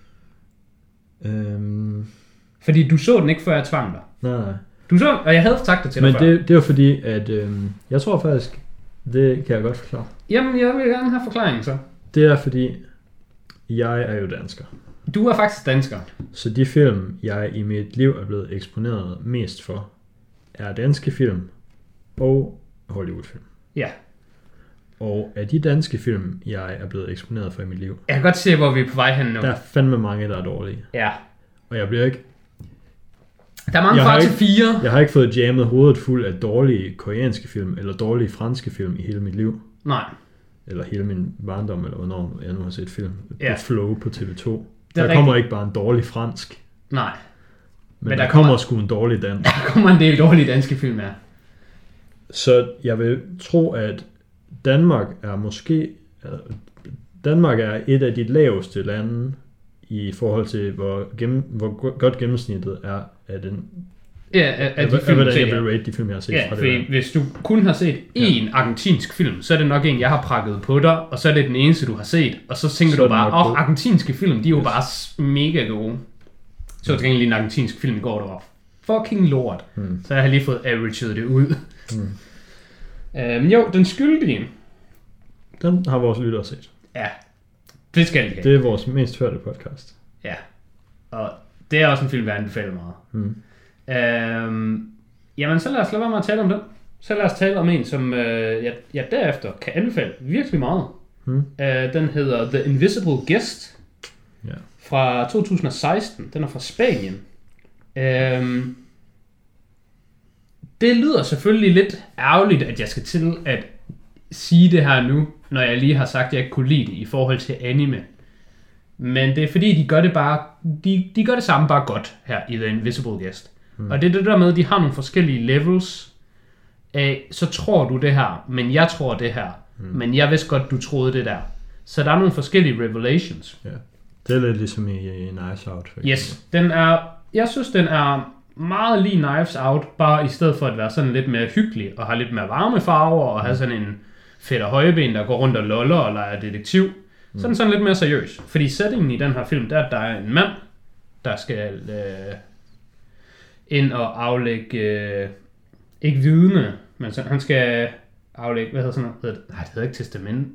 Fordi du så den ikke, før jeg tvang dig. Nej. Du så, og jeg havde sagt det til dig før. Men det var fordi, at jeg tror faktisk, det kan jeg godt forklare. Jamen, jeg vil gerne have forklaringen så. Det er fordi, jeg er jo dansker. Du er faktisk dansker. Så de film, jeg i mit liv er blevet eksponeret mest for, er danske film og Hollywoodfilm. Ja. Og af de danske film, jeg er blevet eksponeret for i mit liv, jeg kan godt se, hvor vi er på vej hen nu. Der er fandme mange, der er dårlige. Ja. Og jeg bliver ikke... Der er mange fra til 4. Jeg har ikke fået jammet hovedet fuld af dårlige koreanske film, eller dårlige franske film i hele mit liv. Nej. Eller hele min barndom, eller hvornår jeg nu har set film. Ja. På Flow på TV2. Der kommer ikke bare en dårlig fransk. Nej. Men der kommer sgu en dårlig dansk. Der kommer en del dårlige danske film, ja. Så jeg vil tro, at Danmark er et af de laveste lande i forhold til, hvor godt gennemsnittet er af den af de film, jeg vil rate de film, jeg har set fra det. Ja, hvis du kun har set én argentinsk film, så er det nok en, jeg har prakket på dig, og så er det den eneste, du har set, og så tænker du bare, argentinske film, de er jo bare mega gode. Så jeg lige en argentinsk film i går, der var fucking lort. Så jeg har lige fået averaged det ud. Jo, Den Skyldige. Den har vores lyttere set. Ja, det skal de have. Det er vores mest hørte podcast. Ja, og det er også en film, jeg anbefaler meget. Jamen, så lad os lade være med at tale om den. Så lad os tale om en, som jeg derefter kan anbefale virkelig meget. Den hedder The Invisible Guest fra 2016. Den er fra Spanien. Det lyder selvfølgelig lidt ærgerligt, at jeg skal til at sige det her nu, når jeg lige har sagt, at jeg ikke kunne lide det i forhold til anime. Men det er fordi, de gør det bare, de gør det samme bare godt her i The Invisible Guest. Og det er det der med, at de har nogle forskellige levels af, så tror du det her, men jeg tror det her. Men jeg vidste godt, du troede det der. Så der er nogle forskellige revelations. Ja. Det er lidt ligesom i Knives Out. Yes, jeg synes, den er meget lige Knives Out, bare i stedet for at være sådan lidt mere hyggelig, og have lidt mere varme farver, og have sådan en fedt og højben, der går rundt og loller og leger detektiv. Så er den sådan lidt mere seriøs. Fordi settingen i den her film, der er en mand, der skal ind og aflægge, ikke vidne, men han skal aflægge, hvad hedder sådan noget? Nej, det hedder ikke testament.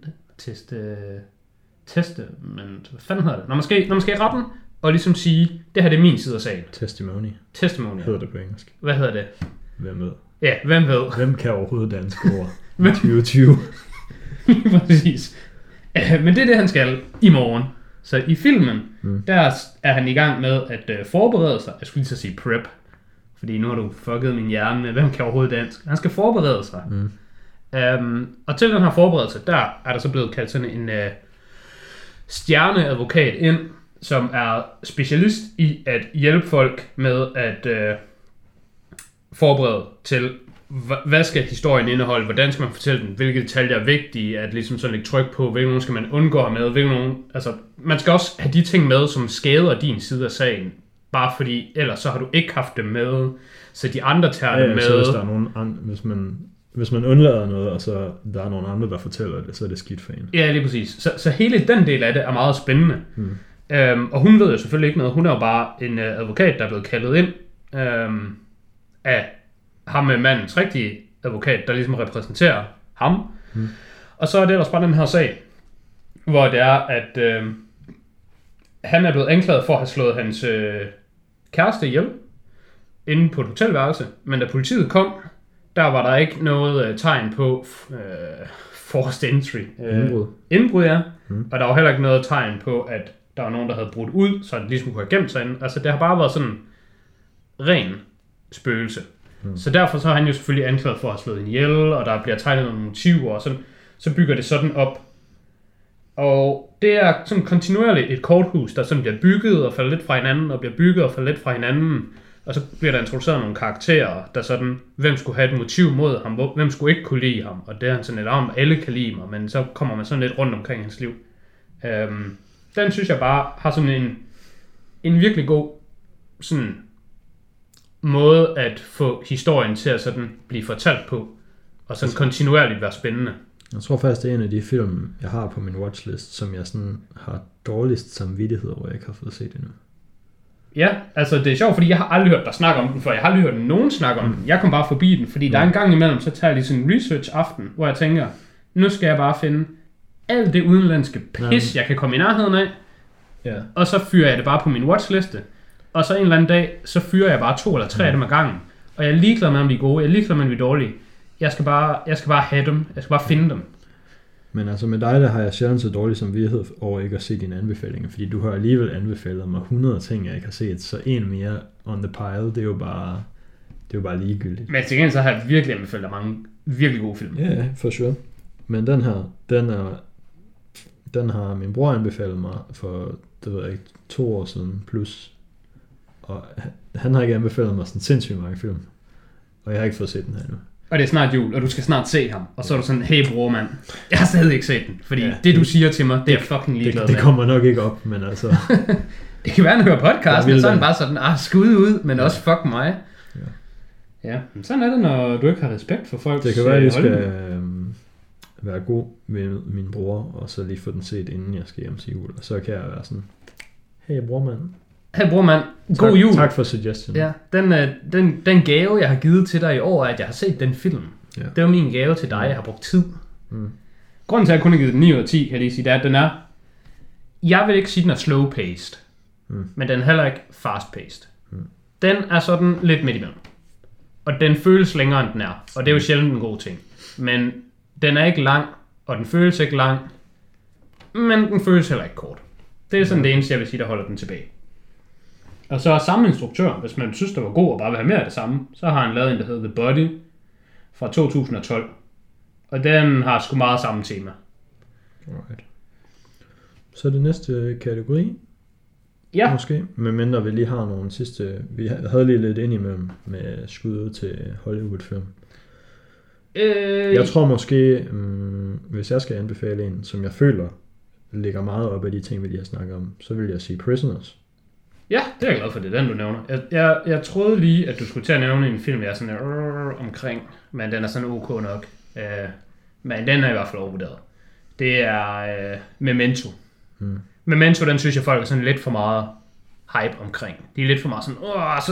Testament. Hvad fanden hedder det? Når man skal i retten, og ligesom sige, det her det er min side af sagen. Testimony. Hedder det på engelsk. Hvad hedder det? Hvem ved? Ja, hvem ved? Hvem kan overhovedet danske ord? 2020. Præcis. Men det er det, han skal i morgen. Så i filmen, der er han i gang med at forberede sig. Jeg skulle lige så sige prep. Fordi nu har du fucket min hjerne med, hvem kan overhovedet dansk. Han skal forberede sig. Og til den her forberedelse, der er der så blevet kaldt sådan en stjerneadvokat ind, som er specialist i at hjælpe folk med at forberede til, hvad skal historien indeholde, hvordan skal man fortælle den, hvilke detaljer er vigtige, at ligesom sådan lægge tryk på, hvilke nogen skal man undgå med, altså man skal også have de ting med, som skader din side af sagen, bare fordi, ellers så har du ikke haft dem med, så de andre tager dem med. Så hvis der er nogen hvis man undlader noget, og så der er nogen andre, der fortæller det, så er det skidt for en. Ja, lige præcis. Så hele den del af det er meget spændende. Og hun ved jo selvfølgelig ikke noget. Hun er jo bare en advokat, der er blevet kaldet ind af ham med mandens rigtige advokat, der ligesom repræsenterer ham. Og så er det ellers bare den her sag, hvor det er, at han er blevet anklaget for at have slået hans kæreste ihjel inde på et hotelværelse. Men da politiet kom, der var der ikke noget tegn på forced entry. Indbrud, ja. Og der var heller ikke noget tegn på, at der var nogen, der havde brudt ud, så det ligesom kunne have gemt sig inde. Altså, det har bare været sådan ren spøgelse. Så derfor så har han jo selvfølgelig anklaget for at have slået en ihjel, og der bliver tegnet nogle motiver, og sådan, så bygger det sådan op. Og det er sådan kontinuerligt et korthus, der sådan bliver bygget og falder lidt fra hinanden, og bliver bygget og falder lidt fra hinanden. Og så bliver der introduceret nogle karakterer, der sådan, hvem skulle have et motiv mod ham, hvem skulle ikke kunne lide ham. Og det er han sådan lidt om, alle kan lide mig, men så kommer man sådan lidt rundt omkring hans liv. Den synes jeg bare har sådan en virkelig god sådan måde at få historien til at sådan blive fortalt på, og sådan kontinuerligt være spændende. Jeg tror faktisk, det er en af de film, jeg har på min watchlist, som jeg sådan har dårligst samvittighed over, jeg ikke har fået set endnu. Ja, altså det er sjovt, fordi jeg har aldrig hørt dig snakke om den før. Jeg har aldrig hørt nogen snakke om den. Jeg kom bare forbi den, fordi der er en gang imellem, så tager jeg lige sådan en research-aften, hvor jeg tænker, nu skal jeg bare finde alt det udenlandske pis, jeg kan komme i nærheden af, og så fyrer jeg det bare på min watchliste. Og så en eller anden dag, så fyrer jeg bare 2 eller 3 af dem ad gangen. Og jeg er ligeglad med, om de er gode, jeg er ligeglad med, om de er dårlige. Jeg skal bare have dem, jeg skal bare finde dem. Men altså med dig, der har jeg sjældent så dårlig samvittighed over ikke at se dine anbefalinger, fordi du har alligevel anbefalet mig 100 ting, jeg ikke har set, så en mere on the pile, det er jo bare ligegyldigt. Men til gengæld så har jeg virkelig anbefalet mange virkelig gode film. Ja, for sure. Men den her, den har min bror anbefalet mig for, det ved jeg ikke, 2 år siden plus. Og han har ikke anbefalet mig sådan sindssygt mange film. Og jeg har ikke fået set den her endnu. Og det er snart jul, og du skal snart se ham. Og så er du sådan, hey bror mand, jeg har stadig ikke set den. Fordi det du siger til mig, det er fucking ligeglad med. Det kommer nok ikke op, men altså... det kan være, at han hører podcasten, og så er han bare sådan, skud ud, men også fuck mig. Ja, men sådan er det, når du ikke har respekt for folks Det kan være, at jeg holdning. skal være god med min bror, og så lige få den set, inden jeg skal hjem til jul. Og så kan jeg være sådan, hey bror mand. Hey bror mand, god jul. Tak for suggestion. Ja, den gave, jeg har givet til dig i år, er, at jeg har set den film. Ja. Det var min gave til dig, jeg har brugt tid. Mm. Grunden til, at jeg kun har givet den 9 ud af 10, kan jeg lige sige, det er, at den er... Jeg vil ikke sige, at den er slow-paced, men den er heller ikke fast-paced. Den er sådan lidt midt imellem. Og den føles længere, end den er. Og det er jo sjældent en god ting. Men den er ikke lang, og den føles ikke lang, men den føles heller ikke kort. Det er sådan det eneste, jeg vil sige, der holder den tilbage. Og så er samme instruktør, hvis man synes, der var god og bare vil have mere af det samme, så har han lavet en, der hedder The Body fra 2012. Og den har sgu meget samme tema. Alright. Så det næste kategori, Ja. måske, medmindre vi lige har nogle sidste, vi havde lige lidt indimellem med skud til Hollywood-film. Jeg tror måske, hvis jeg skal anbefale en, som jeg føler ligger meget op af de ting, vi lige har snakket om, så vil jeg sige Prisoners. Ja, det er jeg glad for, det er den, du nævner. Jeg troede lige, at du skulle til at nævne en film, jeg er sådan omkring, men den er sådan ok nok. Men den er i hvert fald overvurderet. Det er Memento. Memento, den synes jeg, folk er sådan lidt for meget hype omkring. De er lidt for meget sådan, så...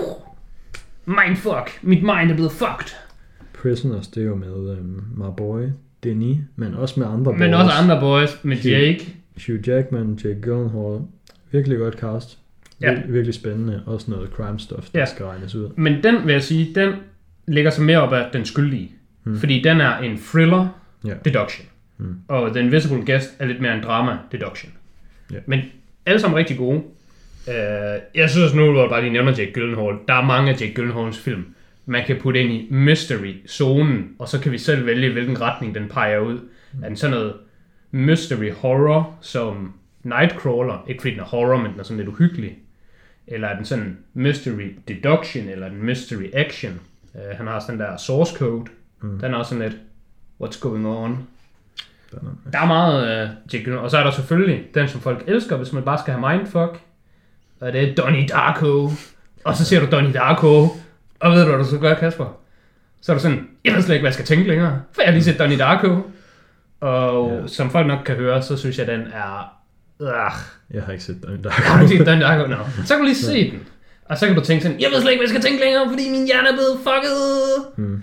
Mindfuck! Mit mind er blevet fucked! Prisoners, det er jo med my boy, Denis, men også med andre boys. Men også andre boys, med Jake. Hugh Jackman, Jake Gyllenhaal. Virkelig godt cast. Virkelig spændende. Også noget crime stuff, der skal regnes ud. Men den, vil jeg sige, den ligger så mere op af den skyldige. Fordi den er en thriller deduction. Og The Invisible Guest er lidt mere en drama deduction. Men alle sammen rigtig gode. Jeg synes nu, hvor jeg bare lige nævner Jake Gyllenhaal, der er mange af Jake Gyllenhaals film, man kan putte ind i mystery-zonen, og så kan vi selv vælge, hvilken retning den peger ud. Er den sådan noget mystery horror, som Nightcrawler, ikke fordi den er horror, men den er sådan lidt uhyggelig, eller er den sådan mystery deduction, eller den mystery action. Han har sådan der source code, den er også sådan lidt, what's going on? Der er meget Jake Gyllenhaal, og så er der selvfølgelig den, som folk elsker, hvis man bare skal have mindfuck, og det er Donnie Darko, og så ser du Donnie Darko, og ved du, hvad du skal gøre, Kasper? Så er du sådan, jeg ved slet ikke, hvad jeg skal tænke længere, for jeg har lige set Donnie Darko, og som folk nok kan høre, så synes jeg, den er... Jeg har ikke set Donnie Darko. Har du ikke set Donnie Darko? No. Så kan du lige se den, og så kan du tænke sådan, jeg ved slet ikke, hvad jeg skal tænke længere, fordi min hjerne er blevet fucket.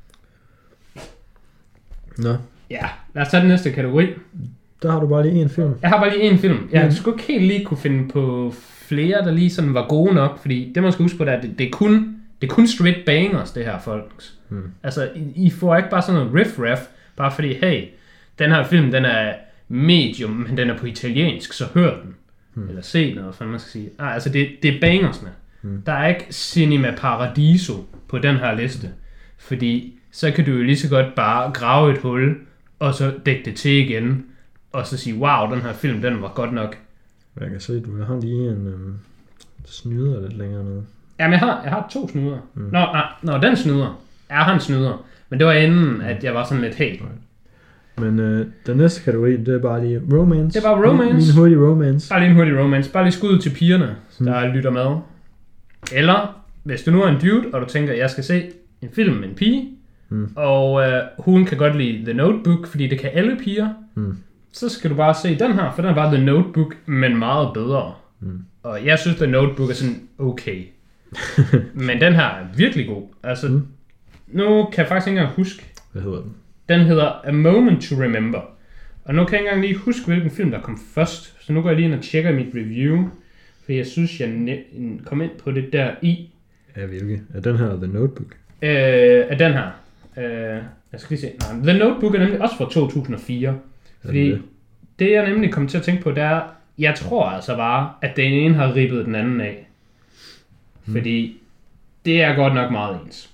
Nå. Ja, lad os tage den næste kategori. Der har du bare lige en film. Jeg har bare lige en film. Jeg skulle ikke helt lige kunne finde på flere, der lige sådan var gode nok, fordi det man skal huske på, det er, det er kun straight bangers, det her, folks. Altså, I får ikke bare sådan noget riff-raff, bare fordi, hey, den her film, den er medium, men den er på italiensk, så hør den. Eller se noget, hvad man skal sige. Altså, det er bangersne. Der er ikke Cinema Paradiso på den her liste, fordi så kan du jo lige så godt bare grave et hul, og så dække det til igen, og så sige, wow, den her film, den var godt nok. Jeg kan se, du har lige en snyder lidt længere nede. Jamen, jeg har 2 snyder. Nå, den snyder. Jeg har en snyder. Men det var inden, at jeg var sådan lidt helt. Men den næste kategori, det er bare lige romance. Det er bare romance. Min hurtige romance. Bare lige en hurtig romance. Bare lige skud til pigerne, der lytter med. Eller, hvis du nu er en dude, og du tænker, jeg skal se en film med en pige, og hun kan godt lide The Notebook, fordi det kan alle piger, så skal du bare se den her, for den er bare The Notebook, men meget bedre. Og jeg synes, The Notebook er sådan okay. Men den her er virkelig god. Altså, nu kan jeg faktisk ikke engang huske. Hvad hedder den? Den hedder A Moment to Remember. Og nu kan jeg ikke engang lige huske, hvilken film, der kom først. Så nu går jeg lige ind og tjekker mit review. For jeg synes, jeg kom ind på det der i. Ja, hvilke? Er den her The Notebook? Er den her. Jeg skal lige se. Nej, The Notebook er nemlig også fra 2004. Fordi det jeg nemlig kom til at tænke på, det er, jeg tror altså bare, at den ene har ribbet den anden af. Fordi det er godt nok meget ens.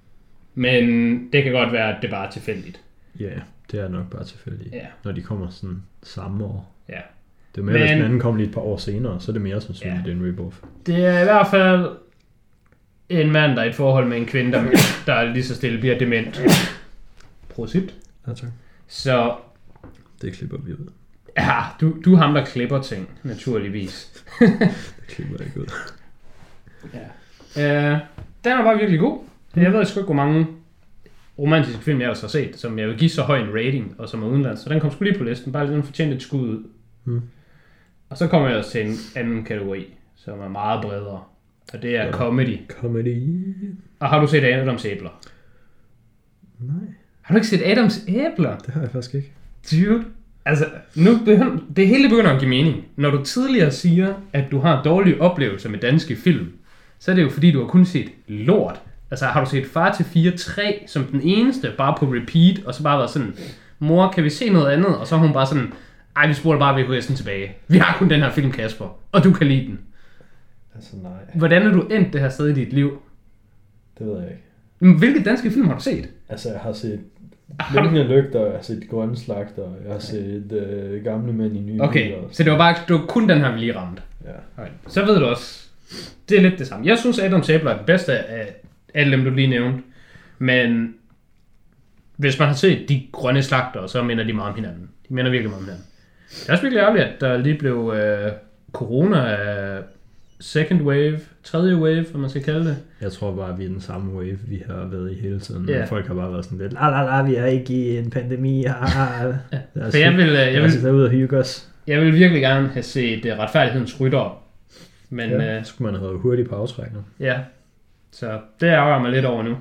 Men det kan godt være, at det bare er tilfældigt. Ja, det er nok bare tilfældigt. Ja. Når de kommer sådan samme år. Ja. Det er mere, hvis den anden kommer lige et par år senere, så er det mere sandsynligt, det er en rip-off. Det er i hvert fald en mand, der er i et forhold med en kvinde, der lige så stille bliver dement. Prosit. Ja, tak. Så... Det klipper vi ud. Ja, du er ham, der klipper ting, naturligvis. Det klipper ikke ud. Ja. Den er bare virkelig god. Jeg ved sgu ikke, hvor mange romantiske film, jeg også har set, som jeg vil give så høj en rating, og som er udenlands. Så den kom sgu lige på listen, bare lige den fortjente et skud ud. Og så kommer jeg også til en anden kategori, som er meget bredere. Og det er comedy. Og har du set Adams æbler? Nej. Har du ikke set Adams æbler? Det har jeg faktisk ikke. Dude. Altså, det hele begynder at give mening. Når du tidligere siger, at du har dårlige oplevelser med danske film, så er det jo fordi, du har kun set lort. Altså, har du set Far til 4-3 som den eneste, bare på repeat, og så bare været sådan, mor, kan vi se noget andet? Og så er hun bare sådan, ej, vi spoler bare VHS'en tilbage. Vi har kun den her film, Kasper, og du kan lide den. Altså, nej. Hvordan er du endt det her sted i dit liv? Det ved jeg ikke. Hvilke danske film har du set? Altså, jeg har set Blinkende Lygter, jeg har set Grønne Slagter, jeg har set Gamle Mænd i Nye Okay, Biler. så det var kun den her, vi lige ramte. Ja. Okay. Så ved du også, det er lidt det samme. Jeg synes, Adams æbler er den bedste af alle dem, du lige nævnte. Men hvis man har set De Grønne Slagter, så minder de meget om hinanden. De minder virkelig meget om hinanden. Det er også virkelig ærgerligt, at der lige blev corona second wave, tredje wave, hvad man skal kalde det. Jeg tror bare, at vi er den samme wave, vi har været i hele tiden. Yeah. Folk har bare været sådan lidt, vi er ikke i en pandemi. For jeg vil ud og hygge os. Jeg vil virkelig gerne have set Retfærdighedens Rytter. Men så skulle man have været hurtigt på aftrækner. Ja, så det ærger mig lidt over nu.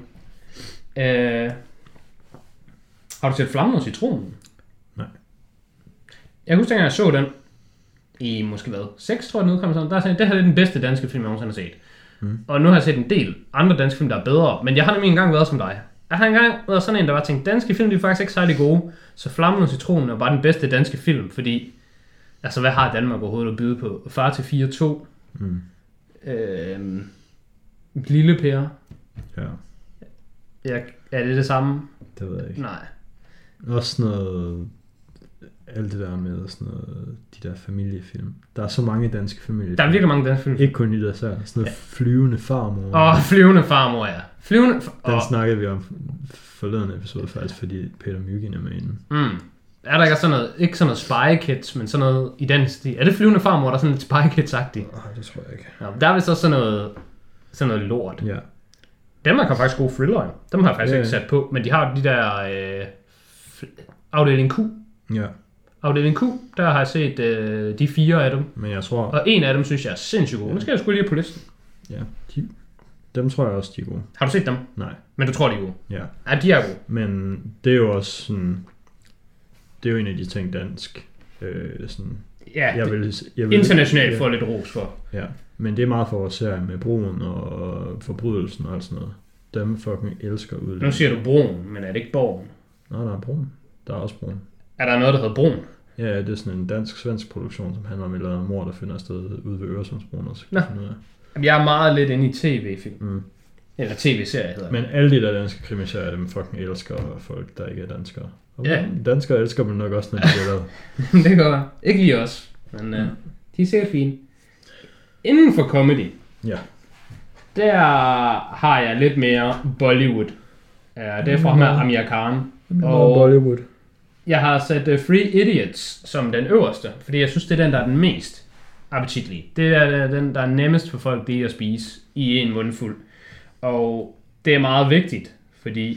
Har du set Flammen og Citronen? Nej. Jeg husker, at jeg så den i måske 6, tror jeg, den udkom sådan. Der er sådan, det her er den bedste danske film, jeg nogensinde har set. Og nu har jeg set en del andre danske film, der er bedre. Men jeg har nemlig engang været som dig. Jeg har engang været sådan en, der var tænkt, danske film, de er faktisk ikke særlig gode. Så Flammen og Citronen er bare den bedste danske film, fordi altså, hvad har Danmark overhovedet at byde på? Far til 4-2. Lille Per. Ja. Er det samme? Det ved jeg ikke. Nej. Også noget, alt det der med sådan noget, de der familiefilm. Der er så mange danske familiefilm. Der er virkelig mange danske film. Ikke kun i det, så sådan noget Flyvende Farmor. Flyvende Farmor, ja. Den snakkede vi om forleden episode faktisk, fordi Peter Myggen er med i den. Er der ikke sådan noget, ikke sådan noget Spy Kids, men sådan noget i den stil? Er det Flyvende Farmor, der er sådan lidt Spy Kids-agtigt? Nej, det tror jeg ikke. Ja, der er vist også sådan noget lort. Ja. Danmark har faktisk gode thriller. Dem har jeg faktisk ikke sat på, men de har de der Afdeling Q. Ja. Afdeling Q, der har jeg set de 4 af dem. Men jeg tror... Og en af dem synes jeg er sindssygt god. Nu skal jeg sgu lige på listen. Ja, dem tror jeg også, de er gode. Har du set dem? Nej. Men du tror, de er gode? Ja. Ja, de er gode. Men det er jo også sådan... Det er jo en af de ting dansk... sådan, ja, jeg vil internationalt får lidt ros for. Ja, men det er meget for vores serie med Broen og Forbrydelsen og alt sådan noget. Dem fucking elsker udlænding. Nu siger du Broen, men er det ikke Borgen? Nå, der er Broen. Der er også Broen. Er der noget, der hedder Broen? Ja, det er sådan en dansk-svensk produktion, som handler om et eller andet mor, der finder sted ude ved Øresundsbroen. Jeg er meget lidt inde i tv-film. Eller tv-serier hedder det. Men alle de der danske krimiserier, dem fucking elsker folk, der ikke er danskere. Og danskere elsker dem nok også, når de bliver lavet. Det går ikke lige os, men de er sikkert fine. Inden for comedy, der har jeg lidt mere Bollywood. Det er fra ham af Amir Khan. Og Bollywood. Jeg har sat Three Idiots som den øverste, fordi jeg synes, det er den, der er den mest appetitlige. Det er den, der er nemmest for folk at spise i en mundfuld. Og det er meget vigtigt, fordi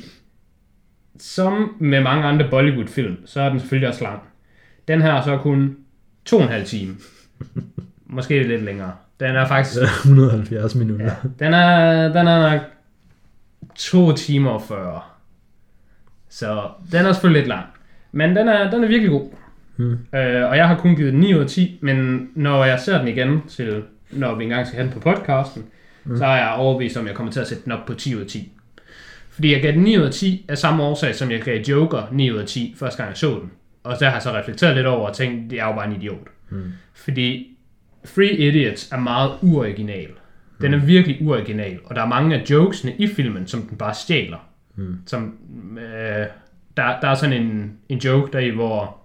som med mange andre Bollywood-film, så er den selvfølgelig også lang. Den her er så kun 2,5 timer. Måske lidt længere. Den er faktisk... 170 minutter. Ja, den er nok 2 timer og 40. Så den er selvfølgelig lidt lang. Men den er virkelig god. Og jeg har kun givet den 9 ud af 10, men når jeg ser den igen, til når vi engang skal have den på podcasten, så er jeg overbevist om, at jeg kommer til at sætte den op på 10 ud af 10. Fordi jeg gav den 9 ud af 10 af samme årsag, som jeg gav Joker 9 ud af 10, første gang jeg så den. Og der har jeg så reflekteret lidt over og tænkt, det er jo bare en idiot. Fordi Three Idiots er meget uoriginal. Den er virkelig uoriginal, og der er mange af jokesene i filmen, som den bare stjæler. Som, der er sådan en joke deri, hvor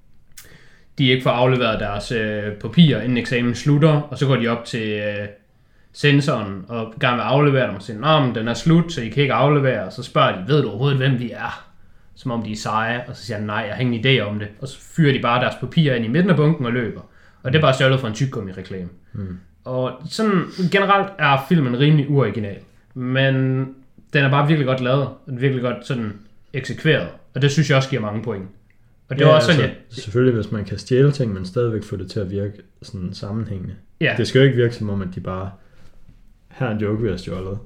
de ikke får afleveret deres papirer, inden eksamen slutter, og så går de op til sensoren og gerne vil aflevere dem og siger, men den er slut, så I kan ikke aflevere. Og så spørger de, ved du overhovedet, hvem vi er? Som om de er seje, og så siger han, nej, jeg har ingen idé om det. Og så fyrer de bare deres papirer ind i midten af bunken og løber. Og det er bare stjålet fra en tyggegummi-reklame. Og sådan generelt er filmen rimelig uoriginal. Men den er bare virkelig godt lavet, og den er virkelig godt sådan eksekveret, og det synes jeg også giver mange point. Og det var også sådan, selvfølgelig, hvis man kan stjæle ting, men stadigvæk få det til at virke sådan sammenhængende. Ja. Det skal jo ikke virke som om, at de bare, her er en joke, vi har stjålet.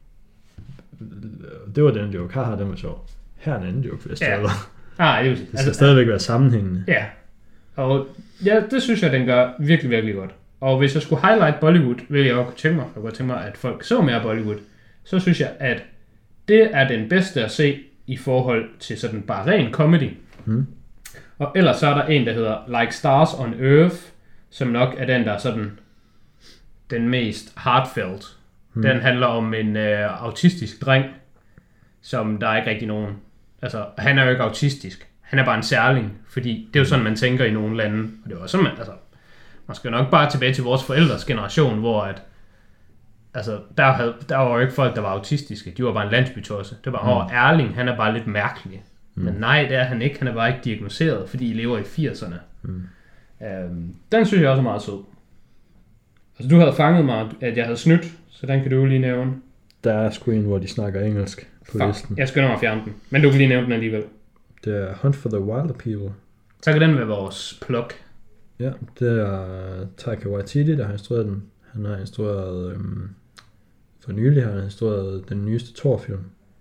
Det var den joke, her den var sjov. Her er en anden joke, vi har stjålet. Det skal stadigvæk være sammenhængende. Ja, og ja, det synes jeg, den gør virkelig, virkelig godt. Og hvis jeg skulle highlight Bollywood, vil jeg også tænke mig, at folk så mere Bollywood, så synes jeg, at det er den bedste at se i forhold til sådan bare ren comedy. Og ellers så er der en, der hedder Like Stars on Earth, som nok er den, der er sådan den mest heartfelt. Den handler om en autistisk dreng, som der er ikke rigtig nogen. Altså, han er jo ikke autistisk. Han er bare en særling, fordi det er jo sådan, man tænker i nogle lande. Og det var sådan, man skal nok bare tilbage til vores forældres generation, hvor at, altså, der var jo ikke folk, der var autistiske. De var bare en landsbytosse. Det var Erling, han er bare lidt mærkelig. Men nej, det er han ikke. Han er bare ikke diagnoseret, fordi I lever i 80'erne. Den synes jeg også er meget sød. Altså, du havde fanget mig, at jeg havde snydt, så den kan du lige nævne. Der er sgu en, hvor de snakker engelsk på listen. Jeg skynder mig at fjerne den, men du kan lige nævne den alligevel. Det er Hunt for the Wilder People. Så kan den være vores plug. Ja, det er Taika Waititi, der har instrueret den. Han har instrueret, for nylig har han instrueret den nyeste Thor-film.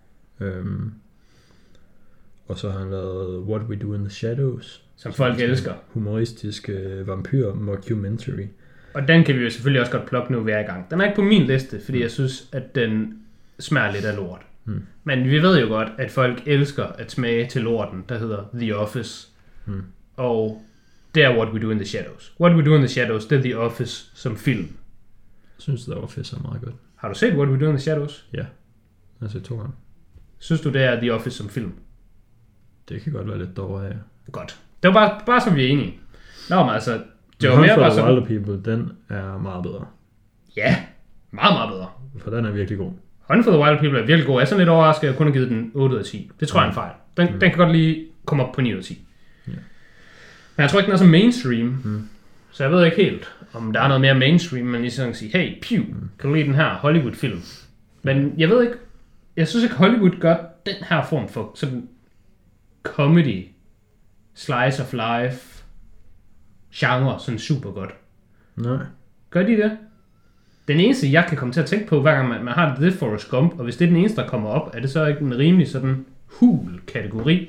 Og så har han lavet What We Do in the Shadows. Som folk elsker. Humoristisk vampyr-mockumentary. Og den kan vi jo selvfølgelig også godt plukke nu, vi er i gang. Den er ikke på min liste, fordi jeg synes, at den smager lidt af lort. Men vi ved jo godt, at folk elsker at smage til lorten, der hedder The Office. Og det er What We Do in the Shadows. What We Do in the Shadows, det er The Office som film. Jeg synes, The Office er meget godt. Har du set What We Do in the Shadows? Ja, jeg har set 2 gange. Synes du, det er The Office som film? Det kan godt være lidt dårligt, ja. Godt. Det var bare som vi er enige. Nå, men altså, det var mere mere bare sådan... Wilder People, den er meget bedre. Ja, meget, meget bedre. For den er virkelig god. Hunt for the Wilder People er virkelig god. Jeg er sådan lidt overrasket, at jeg kun har givet den 8 ud af 10. Det tror jeg er en fejl. Den kan godt lige komme op på 9 ud af 10. Ja. Men jeg tror ikke, den er så mainstream. Så jeg ved ikke helt, om der er noget mere mainstream, men lige sådan kan sige, hey, kan du lide den her Hollywood-film? Men jeg ved ikke, jeg synes ikke, Hollywood gør den her form for sådan comedy, slice of life, genre sådan super godt. Nej. Gør de det? Den eneste, jeg kan komme til at tænke på, hver gang man har det Forrest Gump, og hvis det er den eneste, der kommer op, er det så ikke en rimelig sådan hul kategori?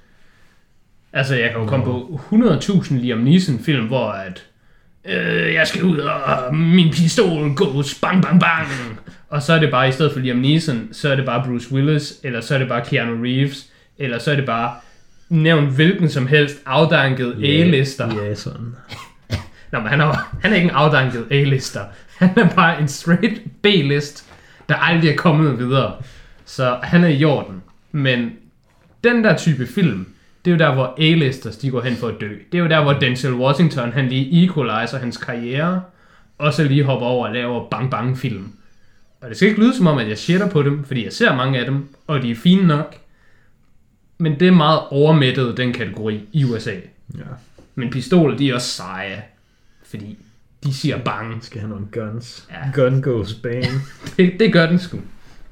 Altså, jeg kan jo komme på 100.000 Liam Neeson-film, hvor at jeg skal ud, og min pistol goes bang, bang, bang. Og så er det bare, i stedet for Liam Neeson, så er det bare Bruce Willis, eller så er det bare Keanu Reeves, eller så er det bare nævnt hvilken som helst afdanket A-lister. Ja, sådan. Nå, men han er ikke en afdanket A-lister. Han er bare en straight B-list, der aldrig er kommet videre. Så han er i orden. Men den der type film, det er jo der, hvor A-listers de går hen for at dø. Det er jo der, hvor Denzel Washington, han lige equalizer hans karriere, og så lige hopper over og laver bang-bang-film. Og det skal ikke lyde som om, at jeg shitter på dem, fordi jeg ser mange af dem, og de er fine nok. Men det er meget overmættet, den kategori i USA. Ja. Men pistoler, de er også seje, fordi de siger bang. Skal have nogle guns. Ja. Gun goes bang. det gør den sgu.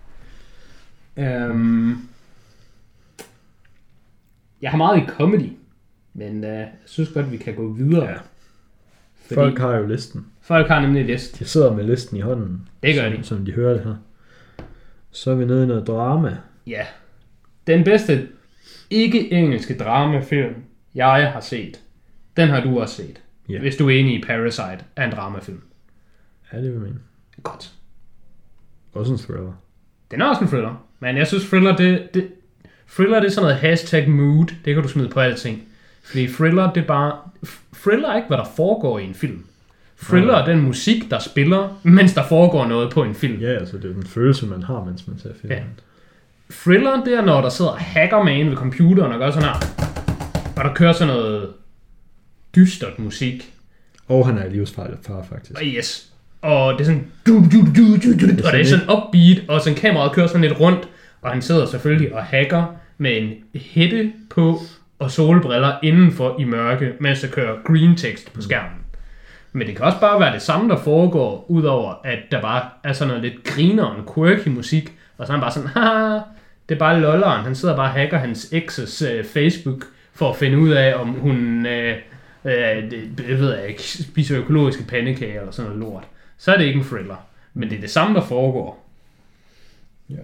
Jeg har meget i comedy, men jeg synes godt, vi kan gå videre. Ja. Folk har jo listen. Folk har nemlig listen. De sidder med listen i hånden. Det gør de. Som de hører det her. Så er vi nede i noget drama. Ja. Den bedste ikke-engelske dramafilm, jeg har set, den har du også set. Yeah. Hvis du er enig i Parasite er en dramafilm. Ja, det vil jeg mene. Godt. Også en thriller. Den er også en thriller. Men jeg synes, thriller, thriller det er sådan noget hashtag mood. Det kan du smide på alting. Fordi thriller, det er bare... Thriller er ikke, hvad der foregår i en film. Thriller er den musik, der spiller, mens der foregår noget på en film. Ja, altså det er den følelse, man har, mens man ser filmen. Ja. Thriller, det er, når der sidder hackerman ved computeren og gør sådan her. Og der kører sådan noget dystert musik. Og han er livsfarlig far, faktisk. Og yes. Og det er sådan... og det er sådan upbeat, og sådan kameraet kører sådan lidt rundt. Og han sidder selvfølgelig og hacker med en hætte på og solbriller indenfor i mørke, mens der kører green text på skærmen. Men det kan også bare være det samme, der foregår, udover at der bare er sådan noget lidt griner og quirky musik, Og så er han bare sådan, haha, det er bare lolleren. Han sidder bare og hacker hans ekses Facebook, for at finde ud af, om hun jeg ved ikke, spiser økologiske pandekager eller sådan noget lort. Så er det ikke en thriller. Men det er det samme, der foregår. Ja.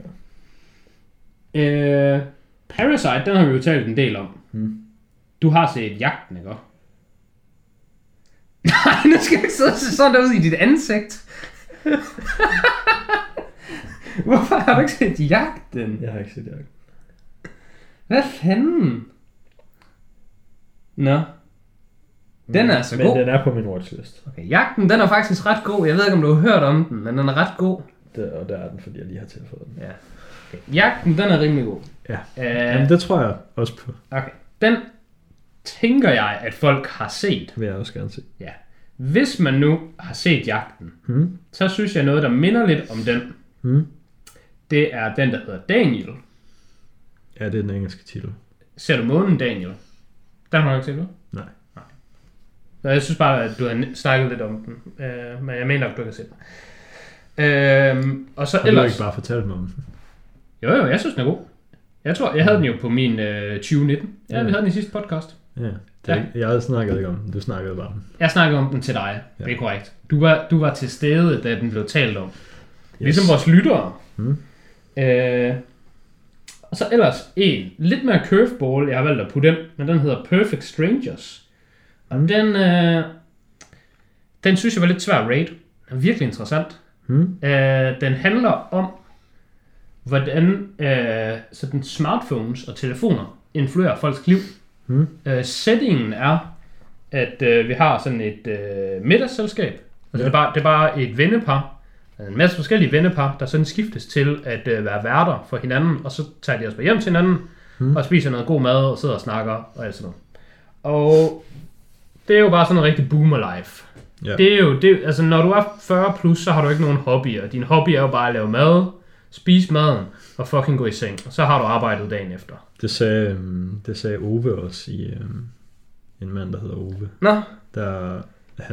Parasite, den har vi jo talt en del om. Du har set Jagten, ikke? Nej, nu skal jeg ikke sidde sådan ud i dit ansigt. Hvorfor har du ikke set Jagten? Jeg har ikke set Jagten. Hvad fanden? Nå. Den er altså god. Men den er på min watchlist. Okay, Jagten, den er faktisk ret god. Jeg ved ikke, om du har hørt om den, men den er ret god. Og der er den, fordi jeg lige har tilføjet den. Ja. Okay. Jagten, den er rimelig god. Ja. Jamen, det tror jeg også på. Okay. Den tænker jeg, at folk har set. Vil jeg også gerne se. Ja. Hvis man nu har set Jagten, så synes jeg noget, der minder lidt om den. Det er den, der hedder Daniel. Ja, det er den engelske titel. Ser du Månen, Daniel? Den har du ikke set, Nej. Så jeg synes bare, at du har snakket lidt om den. Men jeg mener, at du ikke har set den. Og så har ellers... du ikke bare fortalt mig om den? Jo, jeg synes, den er god. Jeg tror, jeg havde den jo på min 2019. Ja, vi havde den i sidste podcast. Ja. Jeg havde snakket ikke om den. Du snakkede bare om den. Jeg snakkede om den til dig. Ja. Det er korrekt. Du var til stede, da den blev talt om. Ligesom vores lyttere. Og så ellers en lidt mere curveball, jeg har valgt at putte den, men den hedder Perfect Strangers. Og den synes jeg var lidt svær at rate. Den er virkelig interessant. Den handler om, hvordan sådan smartphones og telefoner influerer folks liv. Settingen er, at vi har sådan et middagsselskab. Altså det er bare et vennepar. En masse forskellige vennepar, der sådan skiftes til at være værter for hinanden, og så tager de også hjem til hinanden, og spiser noget god mad, og sidder og snakker, og alt sådan noget. Og det er jo bare sådan en rigtig boomer life. Yeah. Det er jo, altså når du er 40 plus, så har du ikke nogen hobbyer. Din hobby er jo bare at lave mad, spise maden, og fucking gå i seng. Og så har du arbejdet dagen efter. Det sagde Ove også i en mand, der hedder Ove. Nå. Der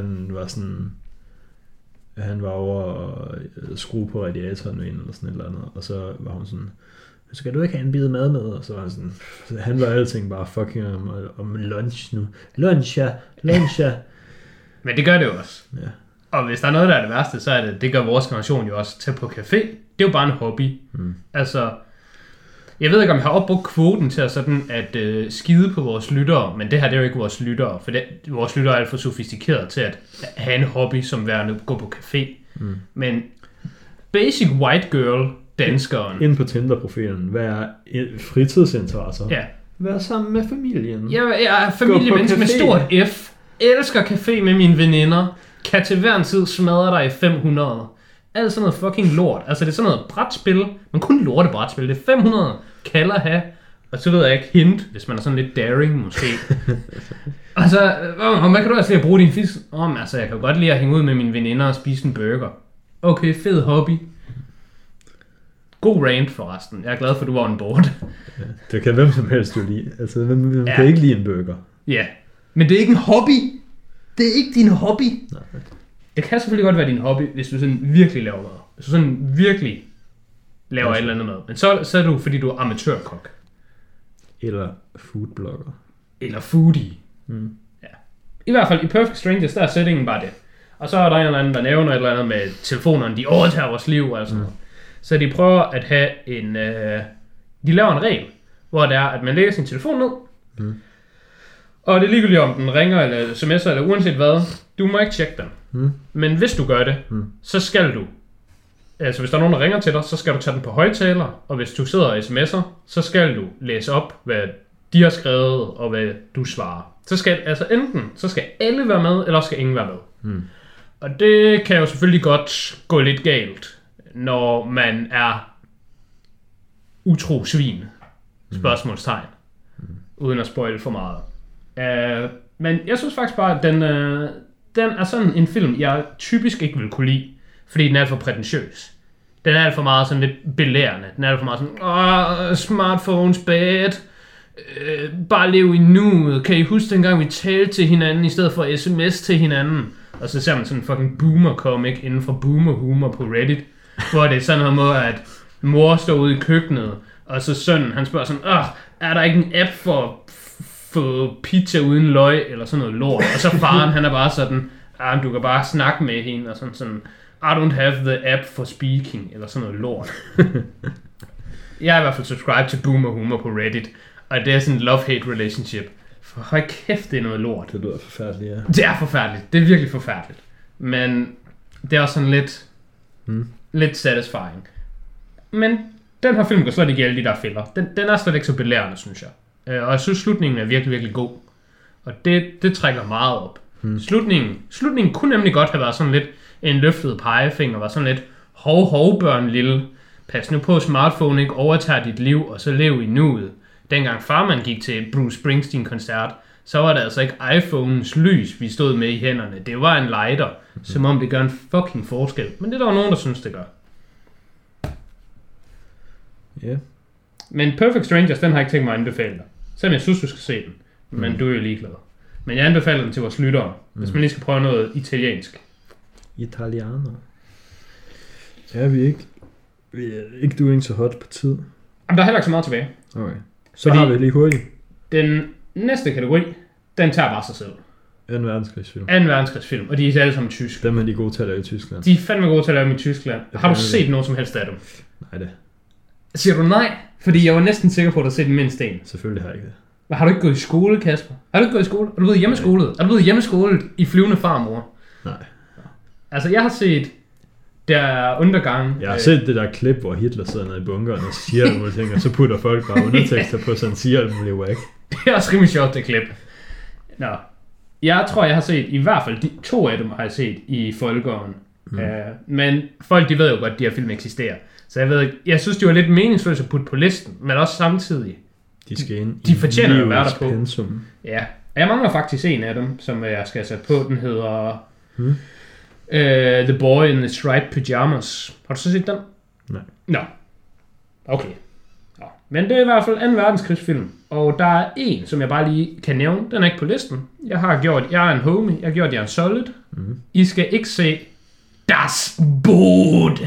han var over og skrue på radiatoren eller sådan et eller andet, og så var hun sådan, skal du ikke have en bid mad med? Og så var han sådan, han var alting bare fucking om lunch nu. Lunch, ja. Men det gør det jo også. Ja. Og hvis der er noget, der er det værste, så er det gør vores generation jo også. Tage på café, det er jo bare en hobby. Altså, jeg ved ikke, om jeg har opbrugt kvoten til at skide på vores lyttere, men det her det er jo ikke vores lyttere, for vores lyttere er alt for sofistikeret til at have en hobby, som værende at gå på café. Men basic white girl, danskeren. Ind på Tinder-profilen, hvad er fritidsinteresser? Ja. Vær sammen med familien. Jeg er familiemenneske med stort F. Elsker café med mine veninder. Kan til hver en tid smadre dig i 500. Alt sådan noget fucking lort. Altså det er sådan noget brætspil, men kun lortebrætspil. Det er 500 kalder have. Og så ved jeg ikke hint, hvis man er sådan lidt daring måske. Altså, hvad kan du altså lide at bruge din fisk? Altså jeg kan godt lide at hænge ud med mine veninder og spise en burger. Okay, fed hobby. God rant forresten. Jeg er glad for, at du var on board. Ja, det kan hvem som helst jo lide. Altså, hvem kan ikke lide en burger? Ja, men det er ikke en hobby. Det er ikke din hobby. Nej. Det kan selvfølgelig godt være din hobby, hvis du sådan virkelig laver mad. Hvis du sådan virkelig laver et eller andet mad. Men så er du, fordi du er amatørkok. Eller foodblogger. Eller foodie. Ja. I hvert fald i Perfect Strangers, der er settingen bare det. Og så er der en eller anden, der nævner et eller andet med telefonerne, de overtager vores liv og sådan noget. Så de prøver at have de laver en regel, hvor det er, at man lægger sin telefon ned. Og det er ligegyldigt om den ringer eller sms'er eller uanset hvad, du må ikke tjekke den. Men hvis du gør det, så skal du, altså hvis der er nogen, der ringer til dig, så skal du tage den på højttaler, og hvis du sidder og sms'er, så skal du læse op, hvad de har skrevet, og hvad du svarer. Så skal altså enten, så skal alle være med, eller skal ingen være med. Og det kan jo selvfølgelig godt gå lidt galt, når man er utro svin, spørgsmålstegn, uden at spoile for meget. Men jeg synes faktisk bare, at den er sådan en film, jeg typisk ikke vil kunne lide, fordi den er alt for prætentiøs. Den er alt for meget sådan lidt belærende. Den er alt for meget sådan, smartphones bad, bare lev i nuet. Kan I huske dengang vi talte til hinanden, i stedet for sms til hinanden? Og så ser man sådan en fucking boomer comic inden for boomer humor på Reddit, hvor det er sådan noget med, at Mor står ude i køkkenet, og så sønnen, han spørger sådan, er der ikke en app for pizza uden løg, eller sådan noget lort? Og så faren, han er bare sådan, du kan bare snakke med hende, og sådan, I don't have the app for speaking, eller sådan noget lort. Jeg er i hvert fald subscribed til Boomer Humor på Reddit, og det er sådan en love-hate relationship. For høj kæft, det er noget lort. Det lyder forfærdeligt, ja. Det er forfærdeligt. Det er virkelig forfærdeligt. Men det er også sådan lidt satisfying. Men den her film går slet ikke i alle de der fælder. Den er slet ikke så belærende, synes jeg. Og jeg synes, slutningen er virkelig, virkelig god. Og det trækker meget op. Slutningen kunne nemlig godt have været sådan lidt en løftet pegefinger, var sådan lidt hov børn lille. Pas nu på, smartphone ikke overtager dit liv, og så lev i nuet. Dengang farmand gik til Bruce Springsteen-koncert, så var det altså ikke iPhones lys, vi stod med i hænderne. Det var en lighter, som om det gør en fucking forskel. Men det er der nogen, der synes, det gør. Ja. Yeah. Men Perfect Strangers, den har jeg ikke tænkt mig at anbefale dig. Selvom jeg synes, du skal se den. Men du er jo ligeglad. Men jeg anbefaler den til vores lyttere, hvis man lige skal prøve noget italiensk. Italiano. Ja, vi er ikke doing så hot på tid. Jamen, der er heller ikke så meget tilbage. Okay. Så har vi lige hurtigt. Den næste kategori, den tager bare sig selv. 2. verdenskrigsfilm. 2. verdenskrigsfilm, og de er alle sammen tysk. Dem er de gode til at lave i Tyskland. De er fandme gode til at lave dem i Tyskland. Har du set nogen som helst af dem? Nej, det. Siger du nej? Fordi jeg var næsten sikker på, at du har set den mindst en. Selvfølgelig har jeg ikke det. Har du ikke gået i skole, Kasper? Har du ikke gået i skole? Er du blevet hjemmeskolet? Er du blevet hjemmeskolet i Flyvende Farmor? Nej. Altså, jeg har set der undergang. Jeg har set det der klip, hvor Hitler sidder nede i bunkeren og siger alle mulige ting, og så putter folk bare undertekster på, så han siger alt muligt whack. Det er også rimelig sjovt, det klip. Nå. Jeg tror, jeg har set, i hvert fald 2 af dem har jeg set i Folkeåren. Men folk, de ved jo godt, at de her film eksisterer. Så jeg ved ikke, jeg synes, det var lidt meningsløst at putte på listen, men også samtidig. De fortjener jo at være der på. Pensum. Ja, og jeg mangler faktisk en af dem, som jeg skal sætte på. Den hedder The Boy in the Striped Pyjamas. Har du så set den? Nej. Nå. Okay. Nå. Men det er i hvert fald 2. verdenskrigsfilm. Og der er en, som jeg bare lige kan nævne. Den er ikke på listen. Jeg er en homie. Jeg har gjort jer en solid. I skal ikke se Das Boot.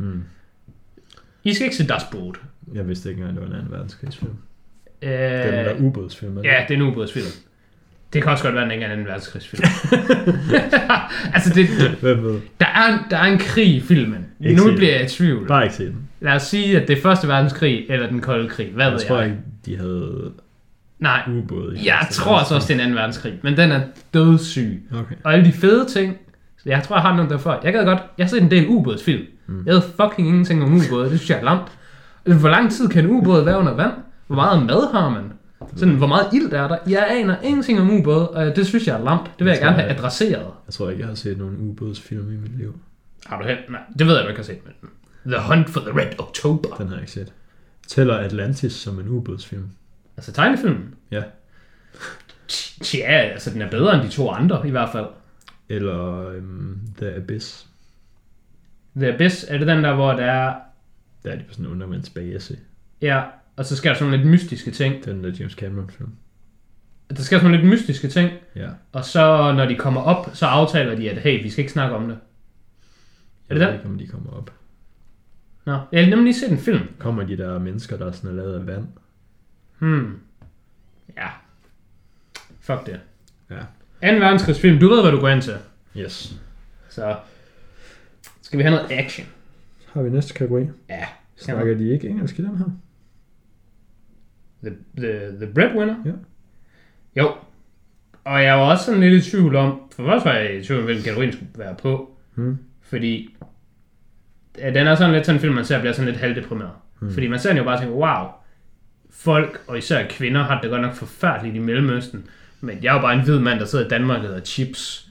I skal ikke se Das Boot. Jeg vidste ikke engang, det var en 2. verdenskrigsfilm. Den der ubådsfilm. Ja, det er en ubådsfilm. Det kan også godt være, den ikke er en 2. verdenskrigsfilm. Altså, der er en krig i filmen. Nu bliver jeg i tvivl. Bare ikke se den. Lad os sige, at det er 1. verdenskrig eller den kolde krig. Hvad ved jeg? Jeg tror ikke, de havde ubåde. Jeg tror også, det er en 2. verdenskrig. Men den er dødssyg. Okay. Og alle de fede ting. Så jeg tror, jeg har noget derfor. Jeg har set en del ubådsfilm. Jeg ved fucking ingenting om ubåde. Det synes jeg er lamt. Hvor lang tid kan en ubåd være under vand? Hvor meget mad har man? Sådan, hvor meget ilt er der? Jeg aner ingenting om ubåde, og det synes jeg er lamt. Det vil jeg gerne have adresseret. Jeg tror ikke, jeg har set nogen ubådsfilm i mit liv. Har du helt? Nej, det ved jeg, du ikke har set. Men The Hunt for the Red October. Den har jeg ikke set. Tæller Atlantis som en ubådsfilm? Altså tegnefilmen? Ja. Tja, altså den er bedre end de 2 andre i hvert fald. Eller The Abyss. The Abyss, er det den der, hvor der er... Der er de på sådan en undervandsbase. Ja, og så sker der sådan lidt mystiske ting. Den der James Cameron film. Der sker sådan lidt mystiske ting. Ja. Og så når de kommer op, så aftaler de, at hey, vi skal ikke snakke om det. Jeg ved ikke, om de kommer op. Nå, jeg har nemlig lige set en film. Kommer de der mennesker, der er sådan lavet af vand? Ja. Fuck det. Ja. 2. verdenskrigsfilm, du ved, hvad du går ind til. Yes. Så skal vi have noget action. Så har vi næste kategori. Ja. Snakker de ikke engelsk i den her? The Breadwinner? Ja. Jo. Og jeg var også sådan lidt i tvivl om, for først var jeg i tvivl om, hvilken kategori den skulle være på. Fordi den er sådan lidt sådan en film, man ser, bliver sådan lidt halvdeprimeret. Fordi man ser den jo bare og tænker, wow, folk, og især kvinder, har det godt nok forfærdeligt i Mellemøsten. Men jeg er jo bare en hvid mand, der sidder i Danmark og hedder Chips.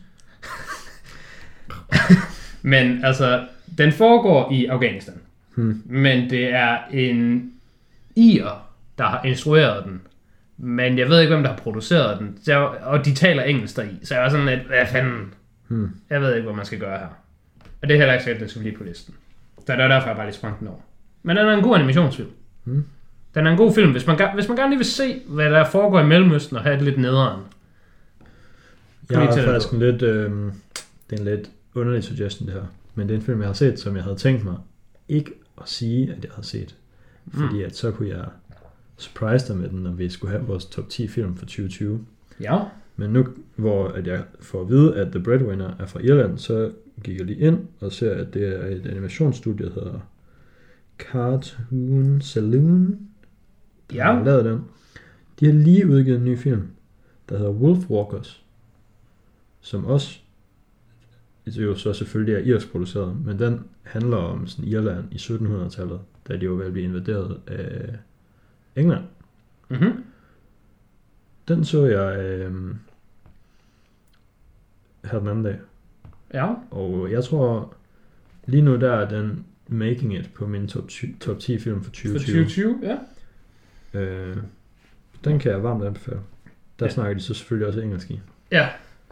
Men altså, den foregår i Afghanistan. Men det er en irer, der har instrueret den. Men jeg ved ikke, hvem der har produceret den. Og de taler engelsk deri. Så jeg er sådan lidt, hvad fanden? Jeg ved ikke, hvad man skal gøre her. Og det er heller ikke sikkert, at den skal blive på listen. Så det er derfor, jeg bare lige sprang den over. Men den er en god animationsfilm. Den er en god film, hvis man gerne lige vil se, hvad der foregår i Mellemøsten og have det lidt nederen. Jeg har faktisk en lidt, det er en lidt underlig suggestion det her. Men det er en film, jeg har set, som jeg havde tænkt mig ikke at sige, at jeg havde set. Fordi at så kunne jeg surprise dig med den, når vi skulle have vores top 10 film for 2020. Ja. Men nu, hvor at jeg får at vide, at The Breadwinner er fra Irland, så gik jeg lige ind og ser, at det er et animationsstudie, der hedder Cartoon Saloon, der har lavet den. De har lige udgivet en ny film, der hedder Wolfwalkers, som også jo så selvfølgelig er irsk produceret, men den handler om sådan Irland i 1700-tallet, da de jo vel blev invaderet af England. Mhm. Den så jeg her den anden dag. Ja. Og jeg tror, lige nu der er den making it på min top 10 film for 2020. For 2020, ja. Den kan jeg varmt anbefale. Der snakker de så selvfølgelig også engelsk i. Ja.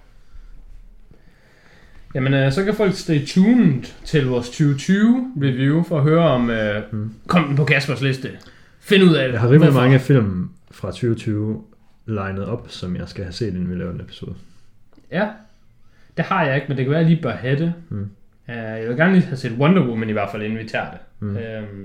Jamen, så kan folk stay tuned til vores 2020 review for at høre om kom den på Kaspers liste. Find ud af det. Jeg har rimelig mange film fra 2020 legnet op, som jeg skal have set, inden vi laver en episode. Ja, det har jeg ikke, men det kan være, at jeg lige bør have det. Jeg vil gerne lige have set Wonder Woman i hvert fald, inden vi tager det.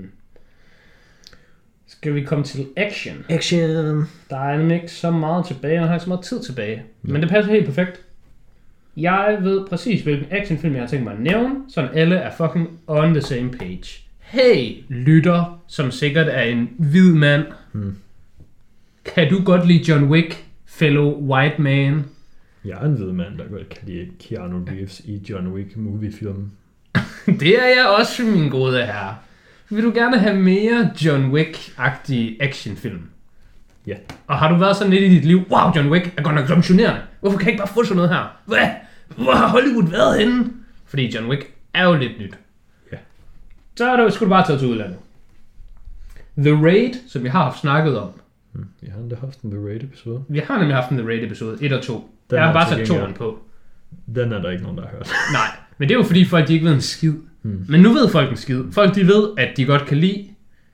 Skal vi komme til action? Action! Der er nemlig ikke så meget tilbage, og jeg har ikke så meget tid tilbage. Men det passer helt perfekt. Jeg ved præcis, hvilken actionfilm jeg har tænkt mig at nævne, så alle er fucking on the same page. Hey, lytter, som sikkert er en hvid mand. Kan du godt lide John Wick, fellow white man? Jeg er en hvid mand, der godt kan lide Keanu Reeves i John Wick movie-film. Det er jeg også, min gode herre. Vil du gerne have mere John Wick-agtige actionfilm? Ja. Og har du været sådan lidt i dit liv, wow, John Wick er godt nok revolutionerende. Hvorfor kan jeg ikke bare få sådan noget her? Hvor har Hollywood været henne? Fordi John Wick er jo lidt nyt. Ja. Så skulle du bare tage til udlandet. The Raid, som vi har haft snakket om. Vi har endda haft en The Raid-episode. Vi har nemlig haft en The Raid-episode, 1 og 2. Jeg har bare sat 2'eren på. Den er der ikke nogen, der har hørt. Nej, men det er jo fordi folk de ikke ved en skid. Men nu ved folk en skid. Folk de ved, at de godt kan lide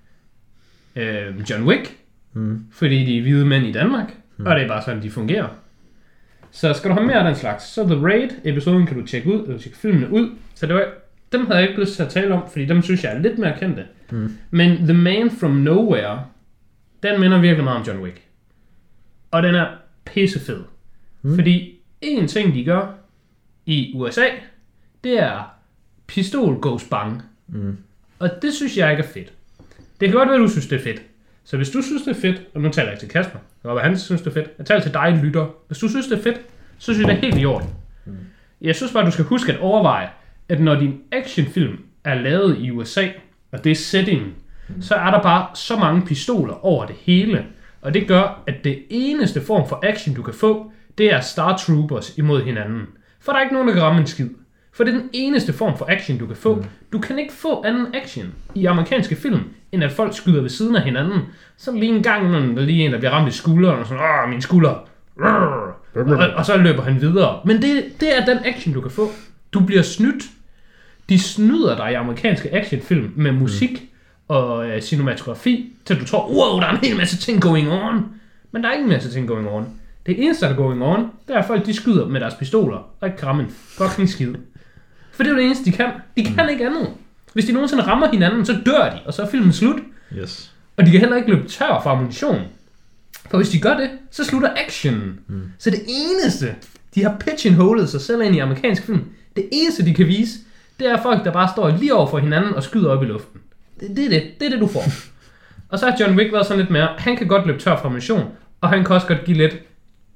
John Wick. Fordi de er hvide mænd i Danmark. Og det er bare sådan, de fungerer. Så skal du have mere af den slags, så The Raid-episoden kan du tjekke ud, eller tjekke filmene ud. Så det var, dem havde jeg ikke lyst til at tale om, fordi dem synes jeg er lidt mere kendte. Men The Man From Nowhere, den minder virkelig meget om John Wick. Og den er pissefed. Fordi en ting, de gør i USA, det er pistol goes bang. Og det synes jeg ikke er fedt. Det kan godt være, at du synes, det er fedt. Så hvis du synes, det er fedt, og nu taler jeg ikke til Kasper, og han synes, det er fedt, jeg taler til dig, lytter. Hvis du synes, det er fedt, så synes jeg, det er helt i orden. Jeg synes bare, du skal huske at overveje, at når din actionfilm er lavet i USA, og det er settingen, så er der bare så mange pistoler over det hele. Og det gør, at det eneste form for action, du kan få, det er Star Troopers imod hinanden. For der er ikke nogen, der kan ramme en skid. For det er den eneste form for action, du kan få. Du kan ikke få anden action i amerikanske film, end at folk skyder ved siden af hinanden. Så lige en gang, når der lige en, der bliver ramt i skulderen, og sådan, min skulder. Og så løber han videre. Men det er den action, du kan få. Du bliver snydt. De snyder dig i amerikanske actionfilm med musik og cinematografi, til du tror, wow, der er en hel masse ting going on. Men der er ikke en masse ting going on. Det eneste, der er going on, det er, at folk de skyder med deres pistoler, og ikke kan ramme en fucking skid. For det er jo det eneste, de kan. De kan ikke andet. Hvis de nogensinde rammer hinanden, så dør de, og så er filmen slut. Yes. Og de kan heller ikke løbe tør for ammunition. For hvis de gør det, så slutter actionen. Så det eneste, de har pigeonholet sig selv ind i amerikansk film, det eneste, de kan vise, det er folk, der bare står lige over for hinanden og skyder op i luften. Det er det, du får. Og så har John Wick været sådan lidt mere, han kan godt løbe tør for ammunition, og han kan også godt give lidt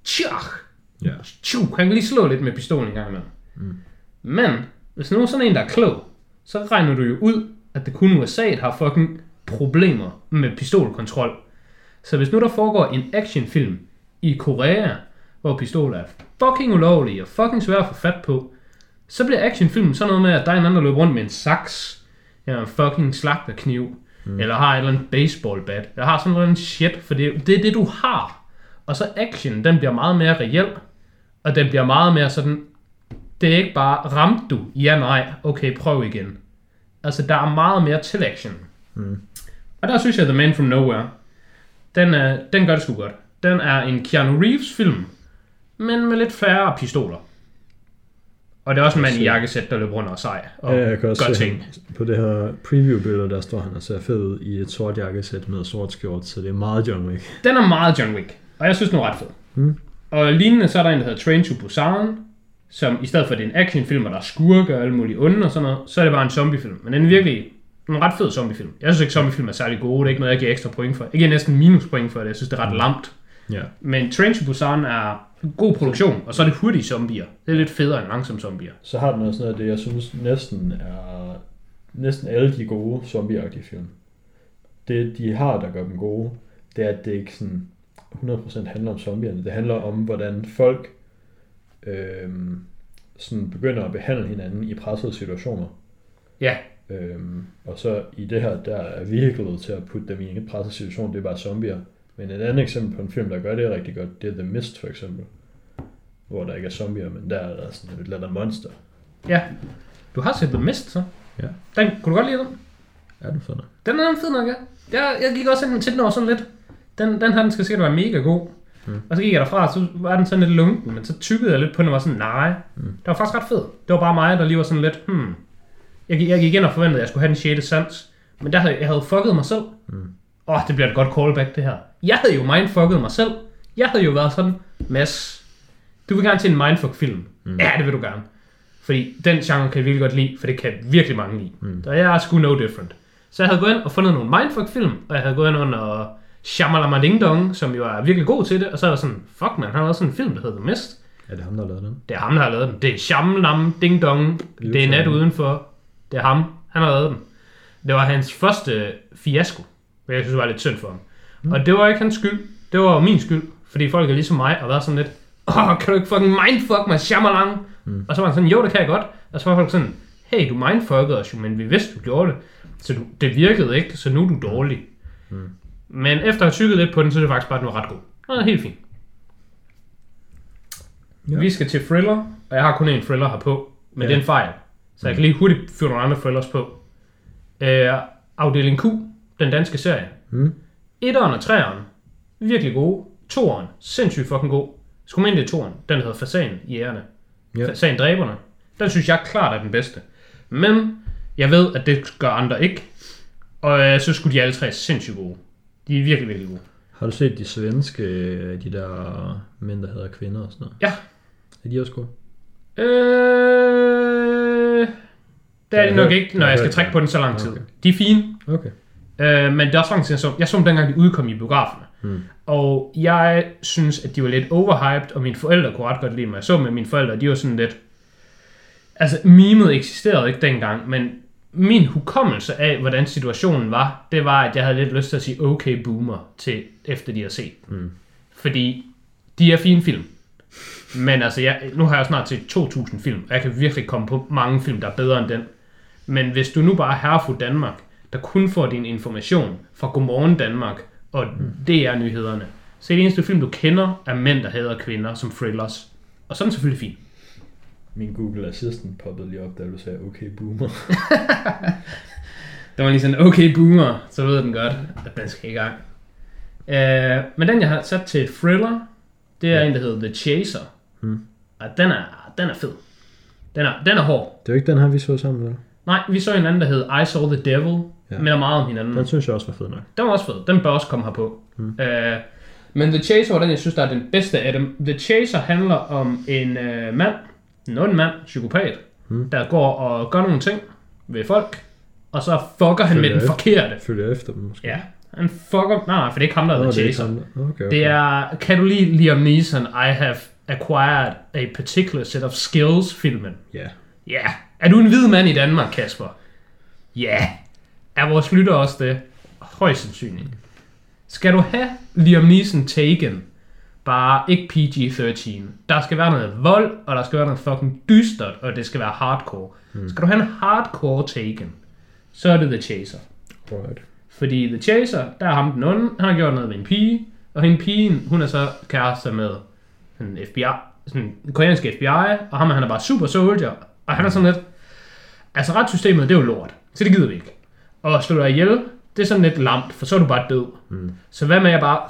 han kan lige slå lidt med pistolen en gang imellem. Men hvis nu er sådan en, der er klog, så regner du jo ud, at det kun USA har fucking problemer med pistolkontrol. Så hvis nu der foregår en actionfilm i Korea, hvor pistoler er fucking ulovlige og fucking svære at få fat på, så bliver actionfilmen sådan noget med, at der er en anden, der løber rundt med en saks, eller en fucking slagterkniv, eller har et eller andet baseballbat, eller har sådan noget shit, for det er det, du har. Og så action, den bliver meget mere reel, og den bliver meget mere sådan, det er ikke bare, ramte du? Ja, nej, okay, prøv igen. Altså, der er meget mere til action. Og der synes jeg, The Man From Nowhere, den gør det sgu godt. Den er en Keanu Reeves film, men med lidt færre pistoler. Og det er også en mand i jakkesæt, der løber rundt og sej og jeg kan også gør se ting. På det her preview-billede, der står han og ser fed ud i et sort jakkesæt med sort skjort, så det er meget John Wick. Den er meget John Wick, og jeg synes, den er ret fed. Og lignende, så er der en, der hedder Train to Busan, som i stedet for at det er en actionfilm, og der er skurke og alle mulige onde og sådan noget, så er det bare en zombiefilm. Men den er virkelig en ret fed zombiefilm. Jeg synes ikke, zombiefilm er særlig gode. Det er ikke noget, jeg giver ekstra point for. Jeg giver næsten minuspoint for det. Jeg synes, det er ret lamt. Ja. Men Train to Busan er en god produktion, og så er det hurtige zombier. Det er lidt federe end langsomme zombier. Så har den også noget af det, jeg synes næsten alle de gode zombieagtige film. Det, de har, der gør dem gode, det er, at det ikke sådan 100% handler om zombierne. Det handler om, hvordan folk sådan begynder at behandle hinanden i pressede situationer. Ja. Og så i det her, der er vehiclet til at putte dem i en presset situation, det er bare zombier. Men et andet eksempel på en film, der gør det rigtig godt, det er The Mist for eksempel. Hvor der ikke er zombier, men der er der sådan et lidt monster. Ja. Du har set The Mist, så? Ja. Den, kunne du godt lide den? Ja, den fed nok. Den er fed nok, ja. Jeg gik også ind til den over sådan lidt. Den her, den skal sikkert være mega god. Og så gik jeg derfra, så var den sådan lidt lunken, men så tykkede jeg lidt på den og var sådan, nej. Det var faktisk ret fed. Det var bare mig, der lige var sådan lidt, Jeg gik ind og forventede, at jeg skulle have den 6. sans. Men jeg havde fucket mig selv. Det bliver et godt callback, det her. Jeg havde jo mindfucket mig selv. Jeg havde jo været sådan, Mads, du vil gerne til en mindfuck-film. Ja, det vil du gerne. Fordi den genre kan jeg virkelig godt lide, for det kan virkelig mange lide. Så jeg er sgu no different. Så jeg havde gået ind og fundet nogle mindfuck-film, og jeg havde gået ind under Shyamalama Ding Dong, som jo er virkelig god til det. Og så var jeg sådan, fuck man, han har lavet sådan en film, der hedder The Mist. Ja, det er ham, der har lavet den. Det er ham, der har lavet den. Det er Shyamalama Ding Dong. Det er nat udenfor. Det er ham. Han har lavet den. Det var hans første fiasko, hvad jeg synes var lidt synd for ham. Og det var ikke hans skyld. Det var min skyld. Fordi folk er ligesom mig og været sådan lidt, kan du ikke fucking mindfuck mig, Shyamalan? Og så var han sådan, jo, det kan jeg godt. Og så var folk sådan, hey, du mindfuckede os jo, men vi vidste, du gjorde det. Så det virkede ikke, så nu er du dårlig. Men efter at have tykket lidt på den, så er det faktisk bare, at den var ret god. Det er helt fint. Ja. Vi skal til thriller, og jeg har kun én thriller her på, men det er en fejl. Så jeg kan lige hurtigt fyre nogle andre thrillers på. Afdeling Q, den danske serie. 1'eren og 3'eren, virkelig gode. 2'eren, sindssygt fucking god. Skum ind i 2'eren, den hedder Fasan-jægerne. Fasan-dræberne. Den synes jeg klart er den bedste. Men jeg ved, at det gør andre ikke. Og så skulle de alle tre sindssygt gode. De er virkelig, virkelig gode. Har du set de svenske, de der mænd, der hedder kvinder og sådan noget? Ja. Er de også gode? Det er det nok ikke, når jeg skal trække på den så lang tid. Okay. De er fine. Okay. Men det er også faktisk, jeg så dem dengang, de udkom i biograferne. Og jeg synes, at de var lidt overhyped, og mine forældre kunne ret godt lide mig. Jeg så med mine forældre, de var sådan lidt... Altså, memet eksisterede ikke dengang, men min hukommelse af, hvordan situationen var, det var, at jeg havde lidt lyst til at sige okay boomer til, efter de har set. Fordi de er fine film. Men altså, nu har jeg snart set 2000 film, og jeg kan virkelig komme på mange film, der er bedre end den. Men hvis du nu bare er Herrefru Danmark, der kun får din information fra Godmorgen Danmark og DR-nyhederne, så er det eneste film, du kender, er mænd, der hader kvinder som thrillers. Og sådan er selvfølgelig fint. Min Google Assistant poppede lige op, da du sagde okay boomer. Det var lige sådan, okay boomer, så ved den godt, at den skal i gang. Men den, jeg har sat til thriller, det er en, der hedder The Chaser. Og den er fed. Den er hård. Det er jo ikke den her, vi så sammen, eller? Nej, vi så en anden, der hedder I Saw the Devil. Ja. Minder meget om hinanden. Den synes jeg også var fed nok. Den var også fed. Den bør også komme herpå. Men The Chaser var den, jeg synes, der er den bedste af dem. The Chaser handler om en mand, psykopat, der går og gør nogle ting ved folk, og så fucker han med den forkerte. Følger efter dem måske. Ja, han fucker... Nej, for det er ikke ham, der er The Chaser. Okay. Det er... Kan du lide Liam Neeson, I have acquired a particular set of skills filmen? Ja. Ja. Er du en hvid mand i Danmark, Kasper? Ja. Er vores lytter også det? Højst sandsynligt. Skal du have Liam Neeson Taken, bare ikke PG-13. Der skal være noget vold, og der skal være noget fucking dystert, og det skal være hardcore. Skal du have en hardcore Taken, så er det The Chaser. Right. Fordi The Chaser, der er ham den onde, han har gjort noget med en pige, og hende pigen, hun er så kærester med en FBI, sådan en koreansk FBI, og han er bare super soldier, og han er sådan lidt, altså retssystemet, det er jo lort, så det gider vi ikke. Og slå dig ihjel, det er sådan lidt lamt, for så er du bare død. Så hvad med at bare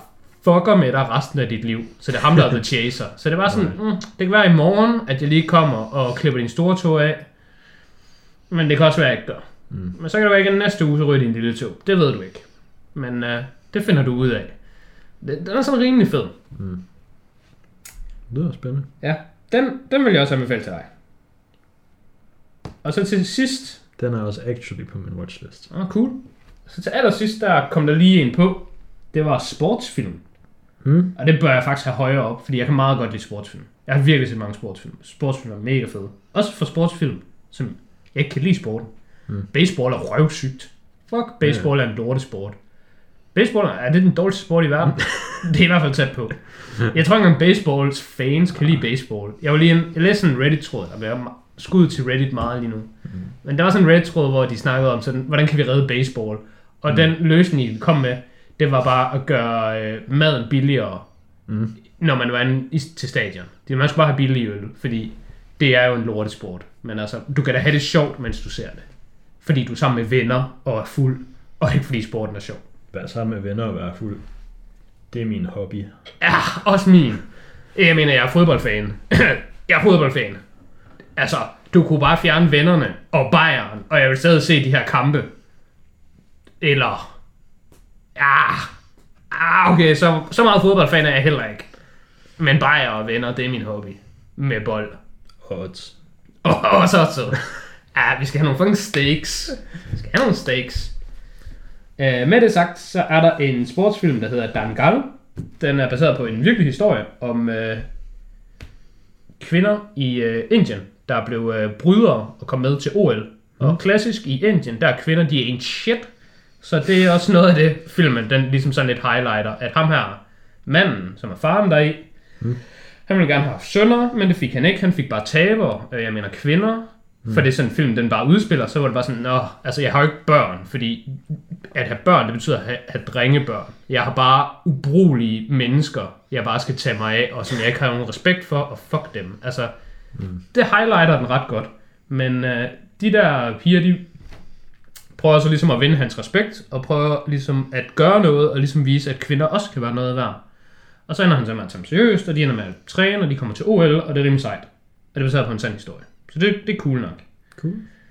fucker med dig resten af dit liv. Så det er ham, der er The Chaser. Så det var sådan, det kan være i morgen, at jeg lige kommer og klipper din store tog af. Men det kan også være, at jeg ikke gør. Men så kan det være, at næste uge så ryger din lille tog. Det ved du ikke. Men det finder du ud af. Den er sådan rimelig fed. Det er spændende. Ja, den vil jeg også anbefale til dig. Og så til sidst... Den er også actually på min watchlist. Cool. Så til allersidst, der kom der lige en på. Det var sportsfilm. Og det bør jeg faktisk have højere op, fordi jeg kan meget godt lide sportsfilm. Jeg har virkelig set mange sportsfilm. Sportsfilm er mega fede. Også for sportsfilm, som jeg ikke kan lide sporten. Baseball er røvsygt. Fuck, baseball er en lortesport. Baseball er det den dårligste sport i verden? Det er i hvert fald tæt på. Jeg tror ikke, at baseballs fans kan lide baseball. Jeg læste sådan en Reddit-tråd, der bliver skud til Reddit meget lige nu. Men der var sådan en Reddit-tråd, hvor de snakkede om, sådan, hvordan kan vi redde baseball? Og den løsning, de kom med, det var bare at gøre maden billigere, når man var til stadion. Man skulle bare have billig øl, fordi det er jo en lortesport. Men altså, du kan da have det sjovt, mens du ser det. Fordi du er sammen med venner og er fuld, og ikke fordi sporten er sjov. Være sammen med venner og være fuld. Det er min hobby. Ja, også min. Jeg mener, jeg er fodboldfan. Jeg er fodboldfan. Altså, du kunne bare fjerne vennerne og Bayern, og jeg vil stadig se de her kampe. Eller... okay, så meget fodboldfan er jeg heller ikke. Men Bayern og venner, det er min hobby. Med bold. Odds. Og så. Vi skal have nogle fucking steaks. Med det sagt, så er der en sportsfilm, der hedder Dangal. Den er baseret på en virkelig historie om kvinder i Indien, der blev brydere og kom med til OL. Og klassisk i Indien, der er kvinder, de er en shit. Så det er også noget af det, filmen den ligesom sådan lidt highlighter, at ham her, manden, som er faren deri, han ville gerne have sønner, men det fik han ikke. Han fik bare taber, jeg mener kvinder. For det er sådan en film, den bare udspiller, så var det bare sådan, altså jeg har jo ikke børn, fordi at have børn, det betyder at have drengebørn. Jeg har bare ubrugelige mennesker, jeg bare skal tage mig af, og som jeg ikke har nogen respekt for, og fuck dem. Altså, det highlighter den ret godt. Men de der piger, de prøver så ligesom at vinde hans respekt, og prøver ligesom at gøre noget, og ligesom vise, at kvinder også kan være noget værd. Og så ender han simpelthen til seriøst, og de ender med at træne, og de kommer til OL, og det er rimelig sejt. Og det er baseret på en sand historie. Så det er cool nok. Cool.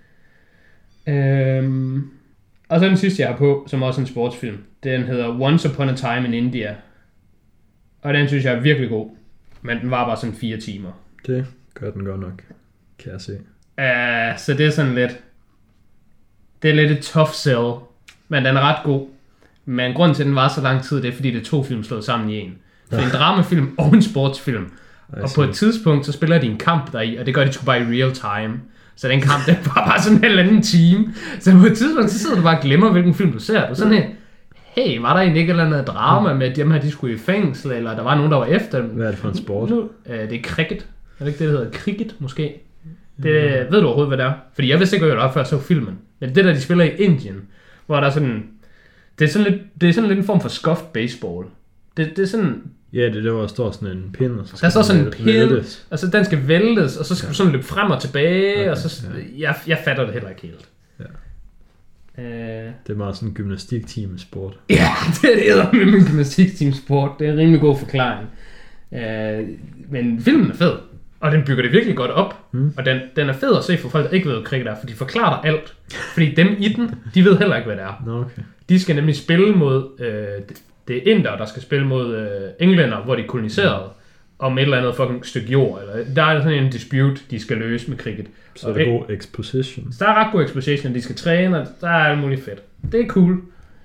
Og så den sidste, jeg har på, som også er en sportsfilm. Den hedder Once Upon a Time in India. Og den synes jeg er virkelig god. Men den var bare sådan 4 timer. Det gør den godt nok, kan jeg se. Så det er sådan lidt... Det er lidt et tough sell. Men den er ret god. Men grunden til, at den var så lang tid, det er fordi, det er 2 film slået sammen i en. Det er en dramafilm og en sportsfilm. Og på et tidspunkt, så spiller de en kamp deri, og det gør de sgu bare i real time. Så den kamp, den var bare sådan en eller anden time. Så på et tidspunkt, så sidder du bare og glemmer, hvilken film du ser. Du er sådan her, hey, var der egentlig ikke et eller andet drama med, at dem her, de skulle i fængsel, eller der var nogen, der var efter dem? Hvad er det for en sport? Det er cricket. Er det ikke det, der hedder cricket, måske? Det, ved du overhovedet, hvad det er? Fordi jeg vidste ikke, hvad det var, før jeg så filmen. Men det der, de spiller i Indien, hvor der er sådan... Det er sådan lidt en form for scuffed baseball. Det er sådan... Ja, det er der, hvor der står sådan en pind, og så der står sådan en pind, og så den skal væltes, og så skal du sådan løbe frem og tilbage, okay, og så... Jeg fatter det heller ikke helt. Ja. Det er meget sådan en gymnastikteam-sport. Ja, det er med en gymnastikteam-sport. Det er en rimelig god forklaring. Men filmen er fed, og den bygger det virkelig godt op. Og den er fed at se for folk, der ikke ved, hvad cricket er, for de forklarer dig alt. Fordi dem i den, de ved heller ikke, hvad det er. Okay. De skal nemlig spille mod... Det er inder, der skal spille mod englænder, hvor de er koloniseret, om et eller andet fucking stykke jord. Eller, der er sådan en dispute, de skal løse med cricket. Så er der god exposition. Så der er ret god exposition, de skal træne, og der er alt muligt fedt. Det er cool.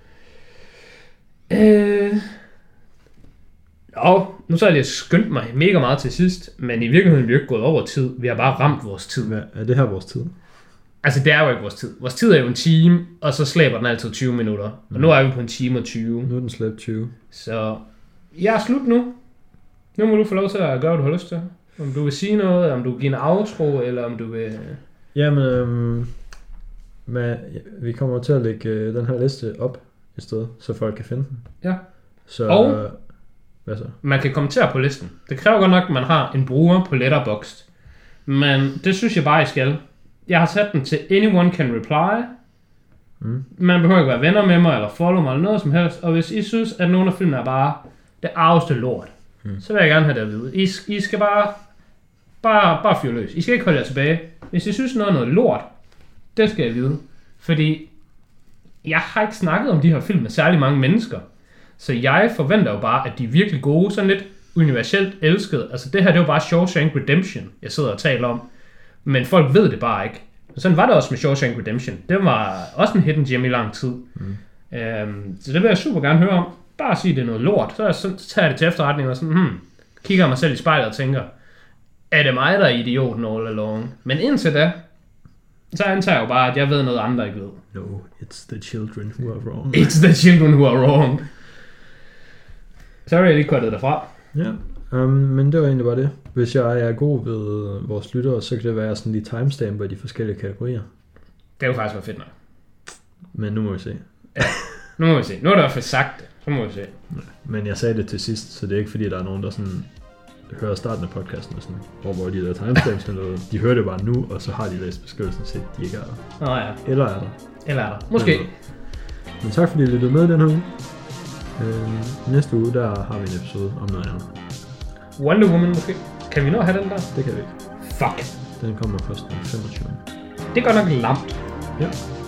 Og nu så har jeg skyndt mig mega meget til sidst, men i virkeligheden er vi ikke gået over tid. Vi har bare ramt vores tid. Hvad, er det her vores tid? Altså, det er jo ikke vores tid. Vores tid er jo en time, og så slæber den altid 20 minutter. Og nu er vi på en time og 20. Nu er den slæbt 20. Så jeg er slut nu. Nu må du få lov til at gøre, hvad du har lyst til. Om du vil sige noget, om du vil give en outro, eller om du vil... Jamen, vi kommer til at lægge den her liste op et sted, så folk kan finde den. Ja. Så, og hvad så? Man kan kommentere på listen. Det kræver godt nok, at man har en bruger på Letterboxd. Men det synes jeg bare, I skal. Jeg har sat den til anyone can reply. Man behøver ikke være venner med mig, eller follow mig, eller noget som helst. Og hvis I synes, at nogle af filmene er bare det arveste lort, så vil jeg gerne have det at vide. I skal bare fyre løs. I skal ikke holde jer tilbage. Hvis I synes noget er noget lort, det skal jeg vide. Fordi jeg har ikke snakket om de her film med særlig mange mennesker. Så jeg forventer jo bare, at de er virkelig gode, sådan lidt universelt elskede. Altså det her, det var bare Shawshank Redemption, jeg sidder og taler om. Men folk ved det bare ikke. Og sådan var det også med Shawshank Redemption. Det var også en hidden gem i lang tid. Så det vil jeg super gerne høre om. Bare sige, det er noget lort. Så tager jeg det til efterretning og sådan, kigger mig selv i spejlet og tænker, er det mig, der er idioten all along? Men indtil da, så antager jeg jo bare, at jeg ved noget, andre ikke ved. No, it's the children who are wrong. It's the children who are wrong. Sorry, jeg lige kortet derfra. Ja, men det var egentlig bare det. Hvis jeg er god ved vores lyttere, så kan det være sådan lige timestamper i de forskellige kategorier. Det er jo faktisk været fedt nok. Men nu må vi se. Ja, nu må vi se. Nu er der i hvert fald sagt det. Så må vi se. Men jeg sagde det til sidst, så det er ikke fordi, der er nogen, der sådan hører starten af podcasten og sådan, hvor de der timestamps eller noget. De hører det bare nu, og så har de læst beskrivelsen til, de ikke er der. Nå ja. Eller er der. Eller er der. Måske. Men tak fordi I lyttede med den her uge. Næste uge, der har vi en episode om noget andet. Wonder Woman måske. Kan vi nå at have den der? Det kan vi ikke. Fuck. Den kommer først den 25. Det går nok lamt. Ja.